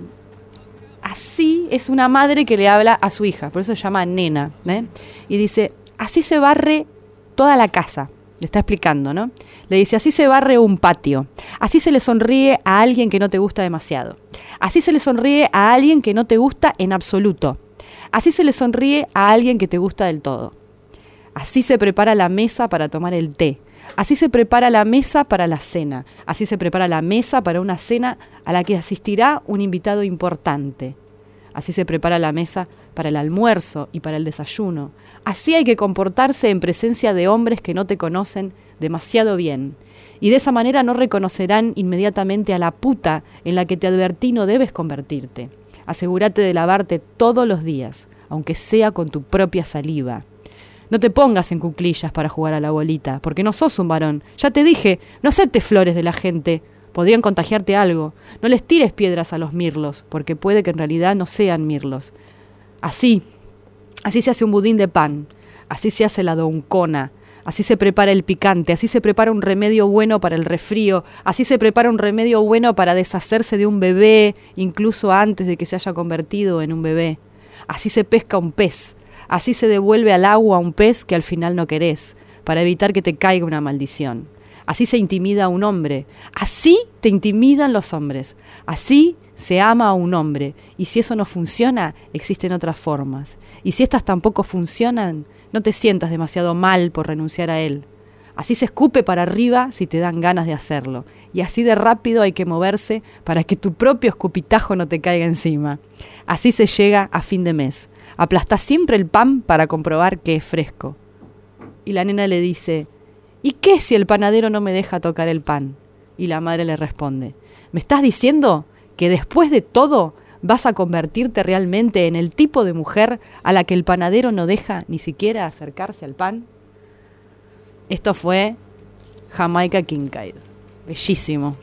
Así es una madre que le habla a su hija, por eso se llama Nena, y dice, así se barre toda la casa, le está explicando, ¿no? Le dice, así se barre un patio, así se le sonríe a alguien que no te gusta demasiado, así se le sonríe a alguien que no te gusta en absoluto, así se le sonríe a alguien que te gusta del todo, así se prepara la mesa para tomar el té, así se prepara la mesa para la cena, así se prepara la mesa para una cena a la que asistirá un invitado importante. Así se prepara la mesa para el almuerzo y para el desayuno. Así hay que comportarse en presencia de hombres que no te conocen demasiado bien. Y de esa manera no reconocerán inmediatamente a la puta en la que te advertí no debes convertirte. Asegúrate de lavarte todos los días, aunque sea con tu propia saliva. No te pongas en cuclillas para jugar a la bolita, porque no sos un varón. Ya te dije, no aceptes flores de la gente. Podrían contagiarte algo. No les tires piedras a los mirlos, porque puede que en realidad no sean mirlos. Así se hace un budín de pan. Así se hace la douncona. Así se prepara el picante. Así se prepara un remedio bueno para el resfrío. Así se prepara un remedio bueno para deshacerse de un bebé, incluso antes de que se haya convertido en un bebé. Así se pesca un pez. Así se devuelve al agua un pez que al final no querés, para evitar que te caiga una maldición. Así se intimida a un hombre. Así te intimidan los hombres. Así se ama a un hombre. Y si eso no funciona, existen otras formas. Y si estas tampoco funcionan, no te sientas demasiado mal por renunciar a él. Así se escupe para arriba si te dan ganas de hacerlo. Y así de rápido hay que moverse para que tu propio escupitajo no te caiga encima. Así se llega a fin de mes. Aplastás siempre el pan para comprobar que es fresco. Y la nena le dice, ¿y qué si el panadero no me deja tocar el pan? Y la madre le responde, ¿me estás diciendo que después de todo vas a convertirte realmente en el tipo de mujer a la que el panadero no deja ni siquiera acercarse al pan? Esto fue Jamaica Kincaid. Bellísimo.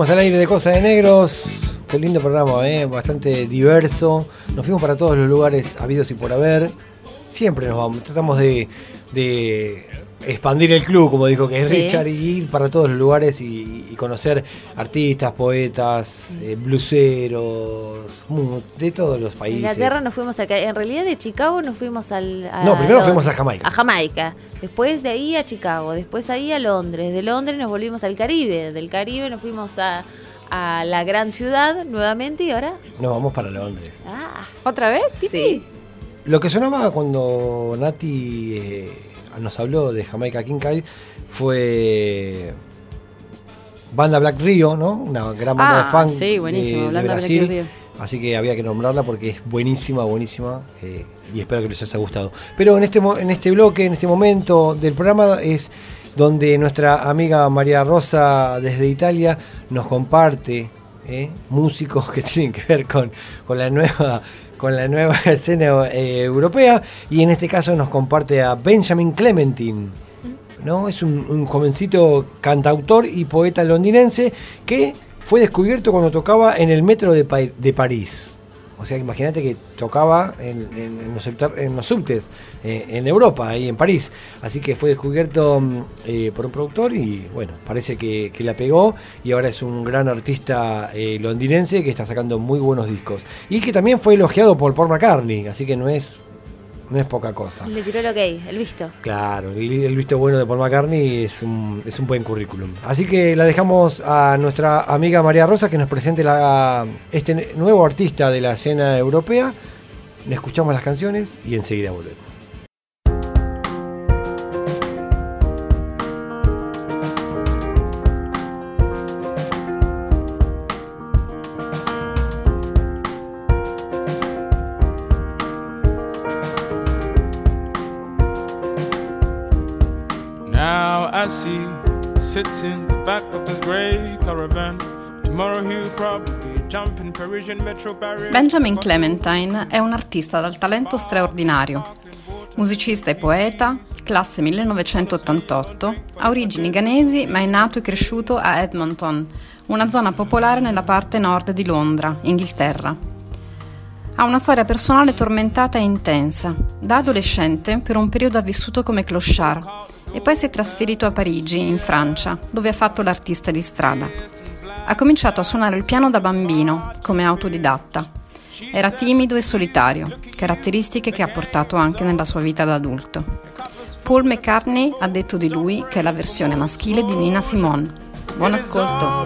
Seguimos al aire de Cosas de Negros. Qué lindo programa, bastante diverso. Nos fuimos para todos los lugares habidos y por haber. Siempre nos vamos, tratamos de expandir el club, como dijo que es Richard, y ir para todos los lugares y conocer artistas, poetas, bluseros, de todos los países. Inglaterra nos fuimos acá, en realidad de Chicago nos fuimos primero fuimos a Jamaica. A Jamaica, después de ahí a Chicago, después ahí a Londres, de Londres nos volvimos al Caribe, del Caribe nos fuimos a la gran ciudad nuevamente y ahora nos vamos para Londres. ¿Otra vez, Pipi? Sí. Lo que sonaba cuando Nati nos habló de Jamaica Kincaid fue banda Black Rio, ¿no? Una gran banda de funk de Brasil. Black Así que había que nombrarla porque es buenísima, y espero que les haya gustado. Pero en este bloque, en este momento del programa es donde nuestra amiga María Rosa desde Italia nos comparte músicos que tienen que ver con la nueva escena europea, y en este caso nos comparte a Benjamin Clementine, ¿no? Es un jovencito cantautor y poeta londinense que fue descubierto cuando tocaba en el metro de París. O sea, imagínate que tocaba en los subtes en Europa, ahí en París. Así que fue descubierto por un productor y bueno, parece que la pegó y ahora es un gran artista londinense que está sacando muy buenos discos. Y que también fue elogiado por Paul McCartney, así que no es poca cosa. Le tiró el ok, el visto. Claro, el visto bueno de Paul McCartney es un buen currículum. Así que la dejamos a nuestra amiga María Rosa que nos presente este nuevo artista de la escena europea. Le escuchamos las canciones y enseguida volvemos. I see sits in the back of this grey caravan. Tomorrow he'll probably jump in Parisian metro barrier. Benjamin Clementine è un artista dal talento straordinario. Musicista e poeta, classe 1988, ha origini ghanesi ma è nato e cresciuto a Edmonton, una zona popolare nella parte nord di Londra, Inghilterra. Ha una storia personale tormentata e intensa. Da adolescente, per un periodo ha vissuto come clochard e poi si è trasferito a Parigi, in Francia, dove ha fatto l'artista di strada. Ha cominciato a suonare il piano da bambino, come autodidatta. Era timido e solitario, caratteristiche che ha portato anche nella sua vita da adulto. Paul McCartney ha detto di lui che è la versione maschile di Nina Simone. Buon ascolto.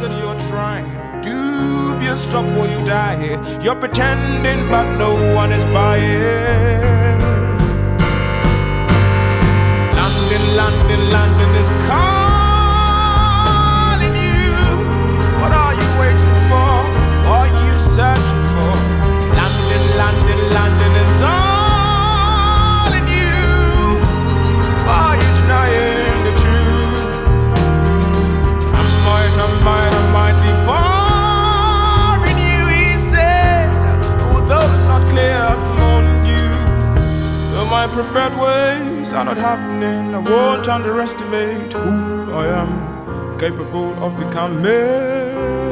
London is calling you. What are you waiting for? What are you searching for? London is all in you. Why are you denying the truth? I might be far in you, he said. Although it's not clear, I've known you. Though my preferred ways are not happening, I won't underestimate who I am, capable of becoming.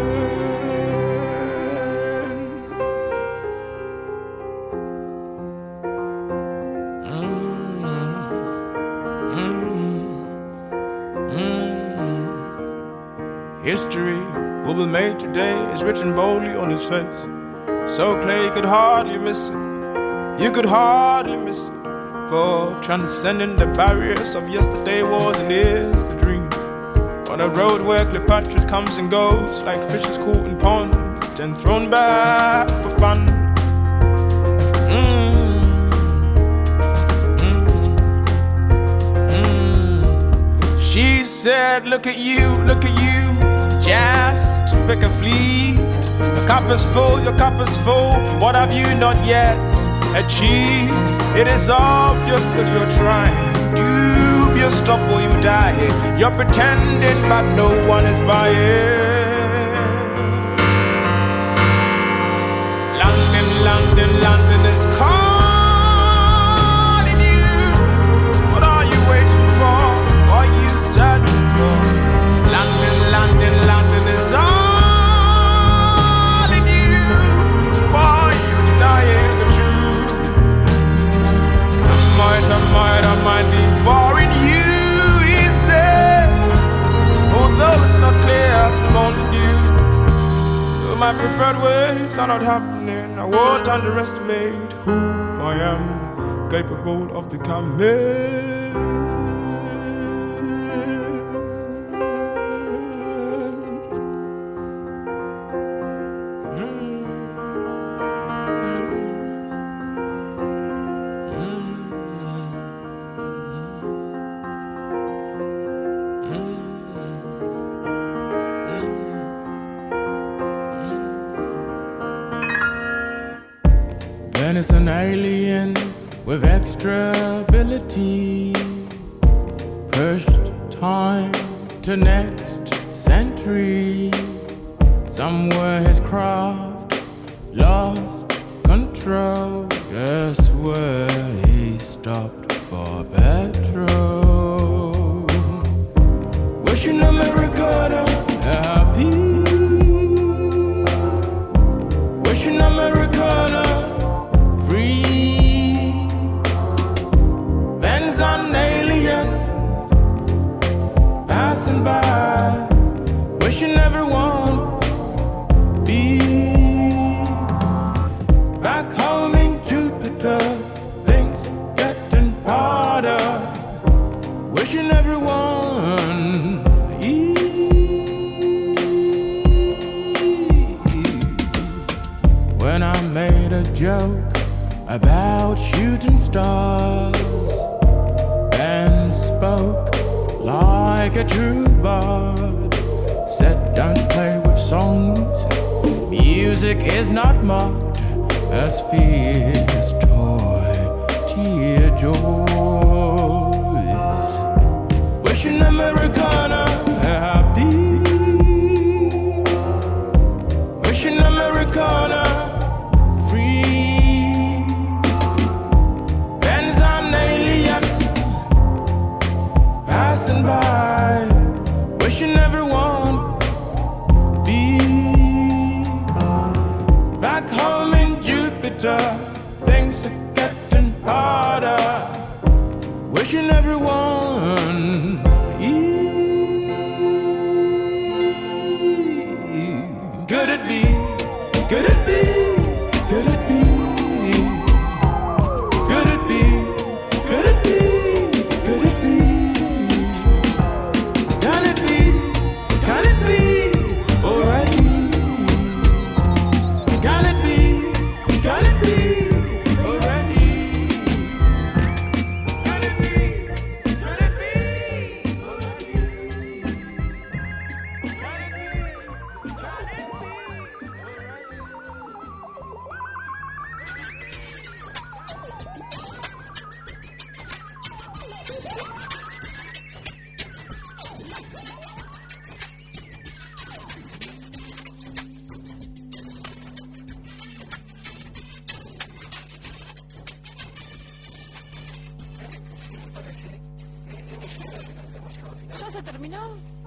History will be made today is written boldly on his face, so clear you could hardly miss it. You could hardly miss it. For transcending the barriers of yesterday was and is the dream. On a road where Cleopatra comes and goes like fishes caught in ponds, then thrown back for fun. She said, look at you, just pick a fleet. Your cup is full, what have you not yet achieved? It is obvious that you're trying. Dubious, stop or you die. You're pretending but no one is buying. London is calling you. What are you waiting for? What are you searching for? London is all happening. I won't underestimate who I am, capable of becoming. Then it's an alien with extra ability, pushed time to next century. Somewhere his craft lost control. Guess where he stopped for petrol. Wishing Americana happy, wishing Americana free. Benz on alien passing by, wishing everyone be back home in Jupiter. Things getting harder, wishing everyone ease. When I made a joke about shooting stars and spoke like a true bard, said don't play with songs, music is not mocked as fear's toy tear joys. Wishing Americana happy, wishing Americana free. Benz on alien passing by, wishing everyone be back home in Jupiter. Things are getting harder, wishing everyone ease. Could it be? Could it be? Could it be? Could it be? Could it be? Could it be? Can it be? Can it be? Alright. Can it be? Can it be? Already. Can it be? Can it be? Already. Can it be? Can it be? ¿Ya se terminó?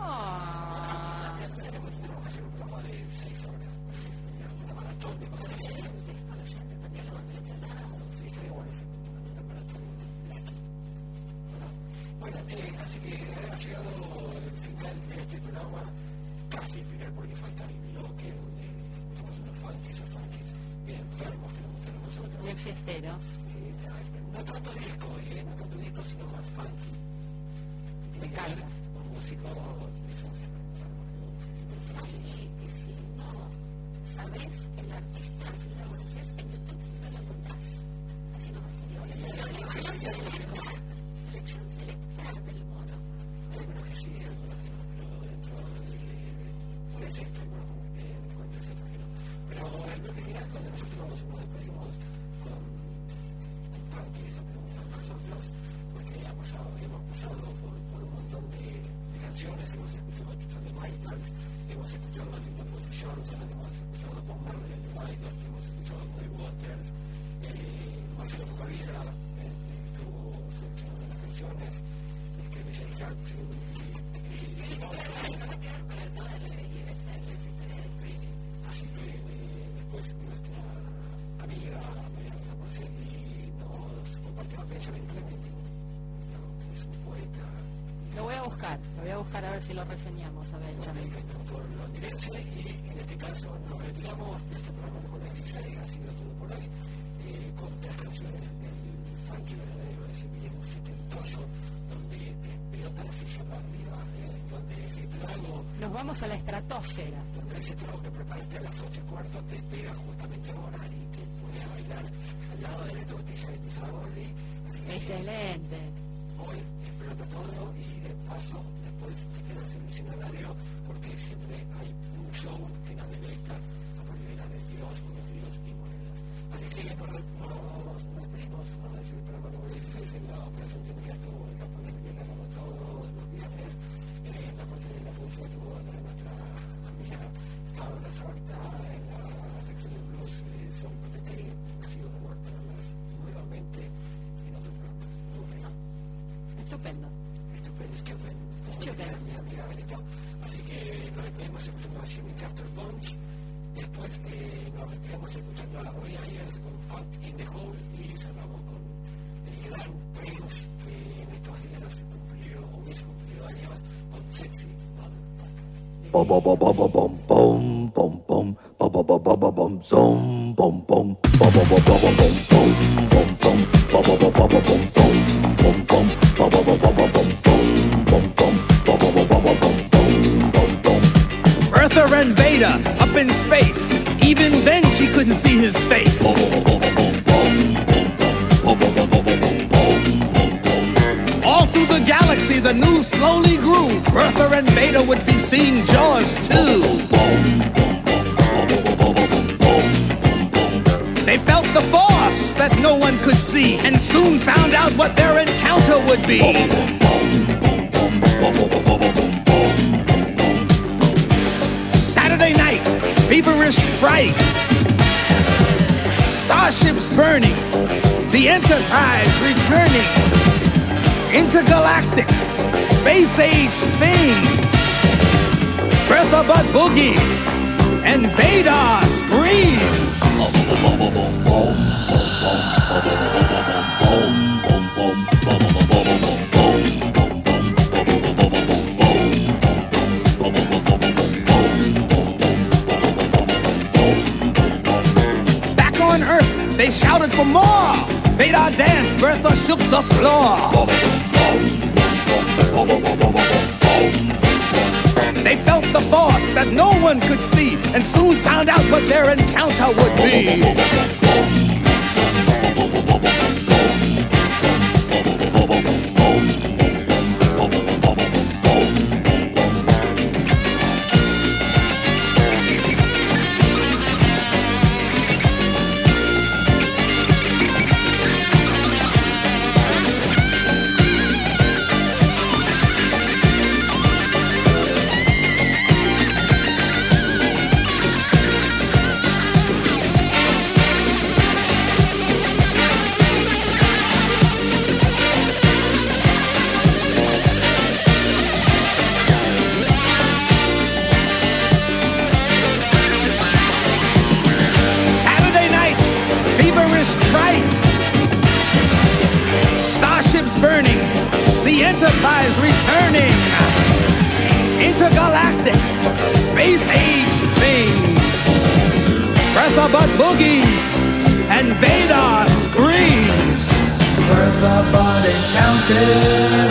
Bueno, así que ha llegado el final de este programa, casi el final porque falta el bloque donde estamos unos funkies bien enfermos que nos gustan a nosotros. Bien fiesteros. No tanto disco, no tanto disco, sino más funky. Tiene que ver con músicos de esos. Funky, que si no sabes el artista, si no lo conoces, en YouTube no lo encontrás. Así no selección selecta del mono. Hay algunos que sí, algunos que no, pero dentro puede ser que algunos encuentres otros que no. Pero el bloque final, cuando nosotros nos despedimos con funky, eso que nos gustan nosotros, porque hemos pasado por un montón de canciones, hemos escuchado de Michaels, hemos escuchado a Linda Johnson, hemos escuchado a Bob Marley, a White, hemos escuchado a Muddy Waters, Marcelo Pocavida estuvo seleccionando las canciones, que Michelle Jackson así que después nuestra amiga María Rosa Porcelli nos compartió a Benjamin Clement, es un poeta. Lo voy a buscar buscar a ver si lo reseñamos, a ver, Chami. Por londinense, y en este caso nos retiramos de este programa número 16, ha sido todo por hoy, con 3 canciones del funky verdadero, ese bien setentoso, donde te pelota la silla para arriba, donde ese trago... Nos vamos a la estratosfera. Donde ese trago que preparaste a las 8:15 te pega justamente ahora y te pone a bailar al lado de la tortilla de tu sabor. Excelente. Hoy explota todo y de paso después te quedas en el escenario porque siempre hay un show que nos deleita a partir de las 22 con los ríos y monedas. Así que nos despedimos, vamos a decir, pero cuando 16 en la operación técnica estuvo en la poner bien todos los viernes, en la parte de la producción estuvo nuestra amiga Paola Sorta, en la sección de blues son PTT, ha sido un honor tenerlas nuevamente en otro programa. Estupendo. Mi amiga Benito. Así que nos despedimos escuchando a Jimmy Carter Bunch. Después nos despedimos escuchando a Roy Ayers con Funk in the Hole. Y cerramos con el gran Prince que en estos días hubiese cumplido años con Sexy Motherfucker. Bom bom bom bom bom bom bom bom bom bom bom bom bom zom bom bom bom bom bom bom bom bom bom bom bom bom bom bom bom bom bom bom Eartha and Vader up in space. Even then she couldn't see his face. All through the galaxy the news slowly grew. Eartha and Vader would be seeing Jaws too. They felt the force that no one could see and soon found out what their encounter would be. Saturday night, feverish fright. Starships burning, the Enterprise returning. Intergalactic, space-age things. Bertha Butt boogies and Vader screams. Back on Earth, they shouted for more. Vader danced, Bertha shook the floor. They felt the force that no one could see and soon found out what their encounter would be. Burning, the Enterprise returning. Intergalactic, space-age things. Bertha Butt boogies and Vader screams. Bertha Butt encounters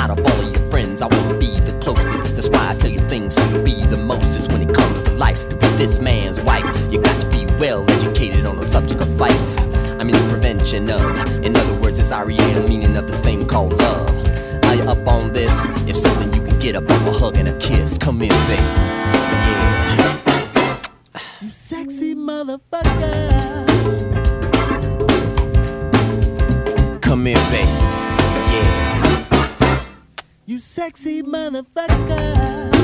Out of all of your friends, I wanna be the closest. That's why I tell you things so you'll be the mostest. When it comes to life, to be this man's wife, you got to be well educated on the subject of fights. I mean the prevention of. In other words, it's REM, meaning of this thing called love. Are you up on this? If so, then you can get up off a hug and a kiss. Come in, baby. Yeah. You sexy motherfucker. Come in, baby. Yeah. You sexy motherfucker.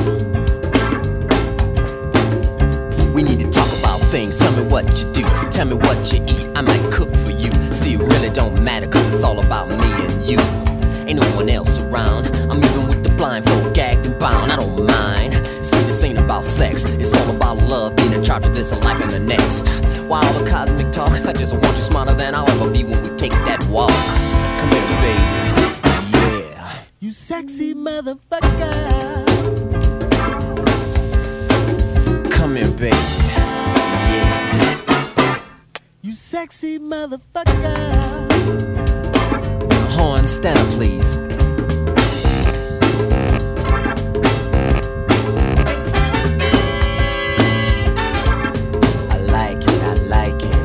We need to talk about things. Tell me what you do. Tell me what you eat. I might cook for you. See, it really don't matter, cause it's all about me and you. Ain't no one else around. I'm even with the blindfold, gagged and bound. I don't mind. See, this ain't about sex. It's all about love, being in charge of this life and the next. While all the cosmic talk, I just want you smarter than I'll ever be when we take that walk. Come here, baby. Yeah. You sexy motherfucker. Come here, baby. Yeah. You sexy motherfucker. Horn, stand up, please. I like it, I like it.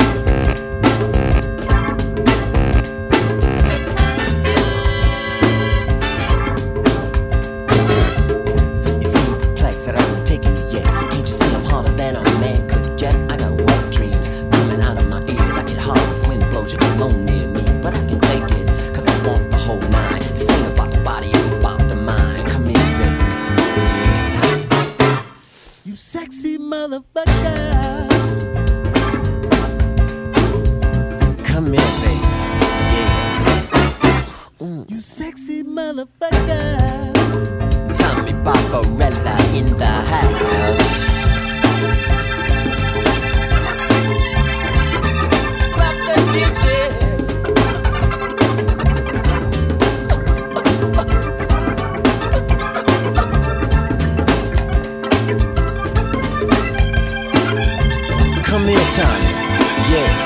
You seem perplexed that I haven't taken you yet. Can't you see I'm harder than a man could get? I got wet dreams coming out of my ears. I get hard if wind blows you alone near me, but I can take it, cause I want the whole nine. This ain't about the body, it's about the mind. Come in, baby. You sexy motherfucker. Come in, baby. Yeah. You sexy motherfucker. Tommy Barbarella in the house. Scrap the dishes. Come here, Tommy. Yeah.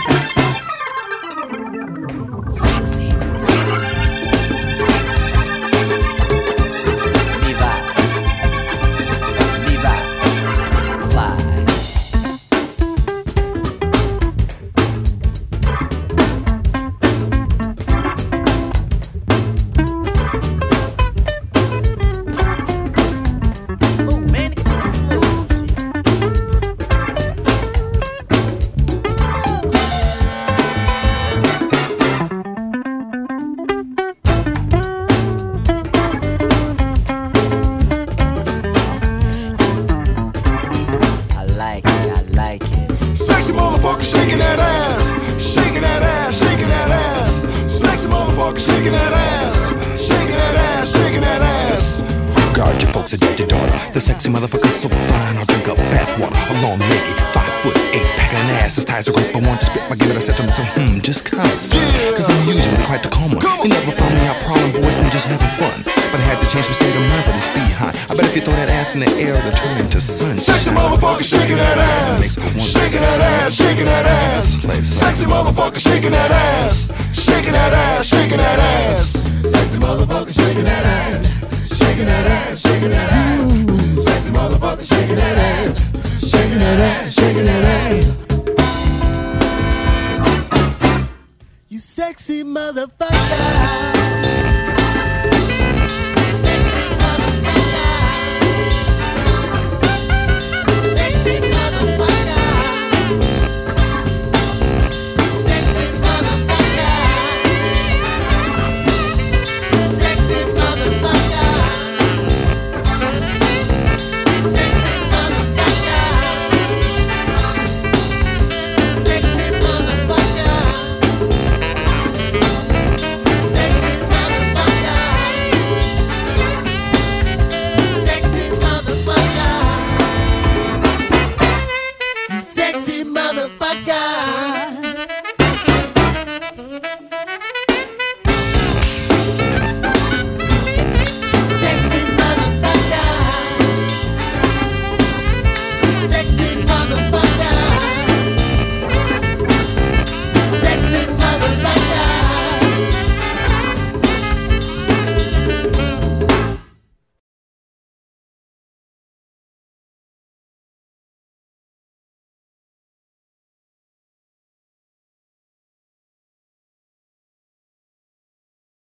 Sexy, sexy, sexy, sexy. Levi, fly. Oh man, it gets slow. I like it. Sexy motherfucker shaking that ass, shaking that ass, shaking that ass. Sexy motherfucker shaking that ass, shaking that ass, shaking that ass. Guard your folks and dad your daughter. The sexy motherfucker's so fine, I'll drink up bathwater. A long lady, 5'8", packing an ass as tight as a rope. I want to spit my give it. I said to myself, just cuz. Cause I'm usually quite the calm one. You never found me out prowling, boy, I'm just having fun. But I had to change my state of mind for this behind. I bet if you throw that ass in the air, it'll turn into sunshine. Sexy motherfucker shaking that ass, shaking that ass, shaking that ass. Sexy motherfucker shaking that ass, shaking that ass, shaking that ass. Sexy motherfucker shaking that ass, shaking that ass, shaking that ass. Sexy motherfucker shaking that ass, shaking that ass, shaking that ass. You sexy motherfucker.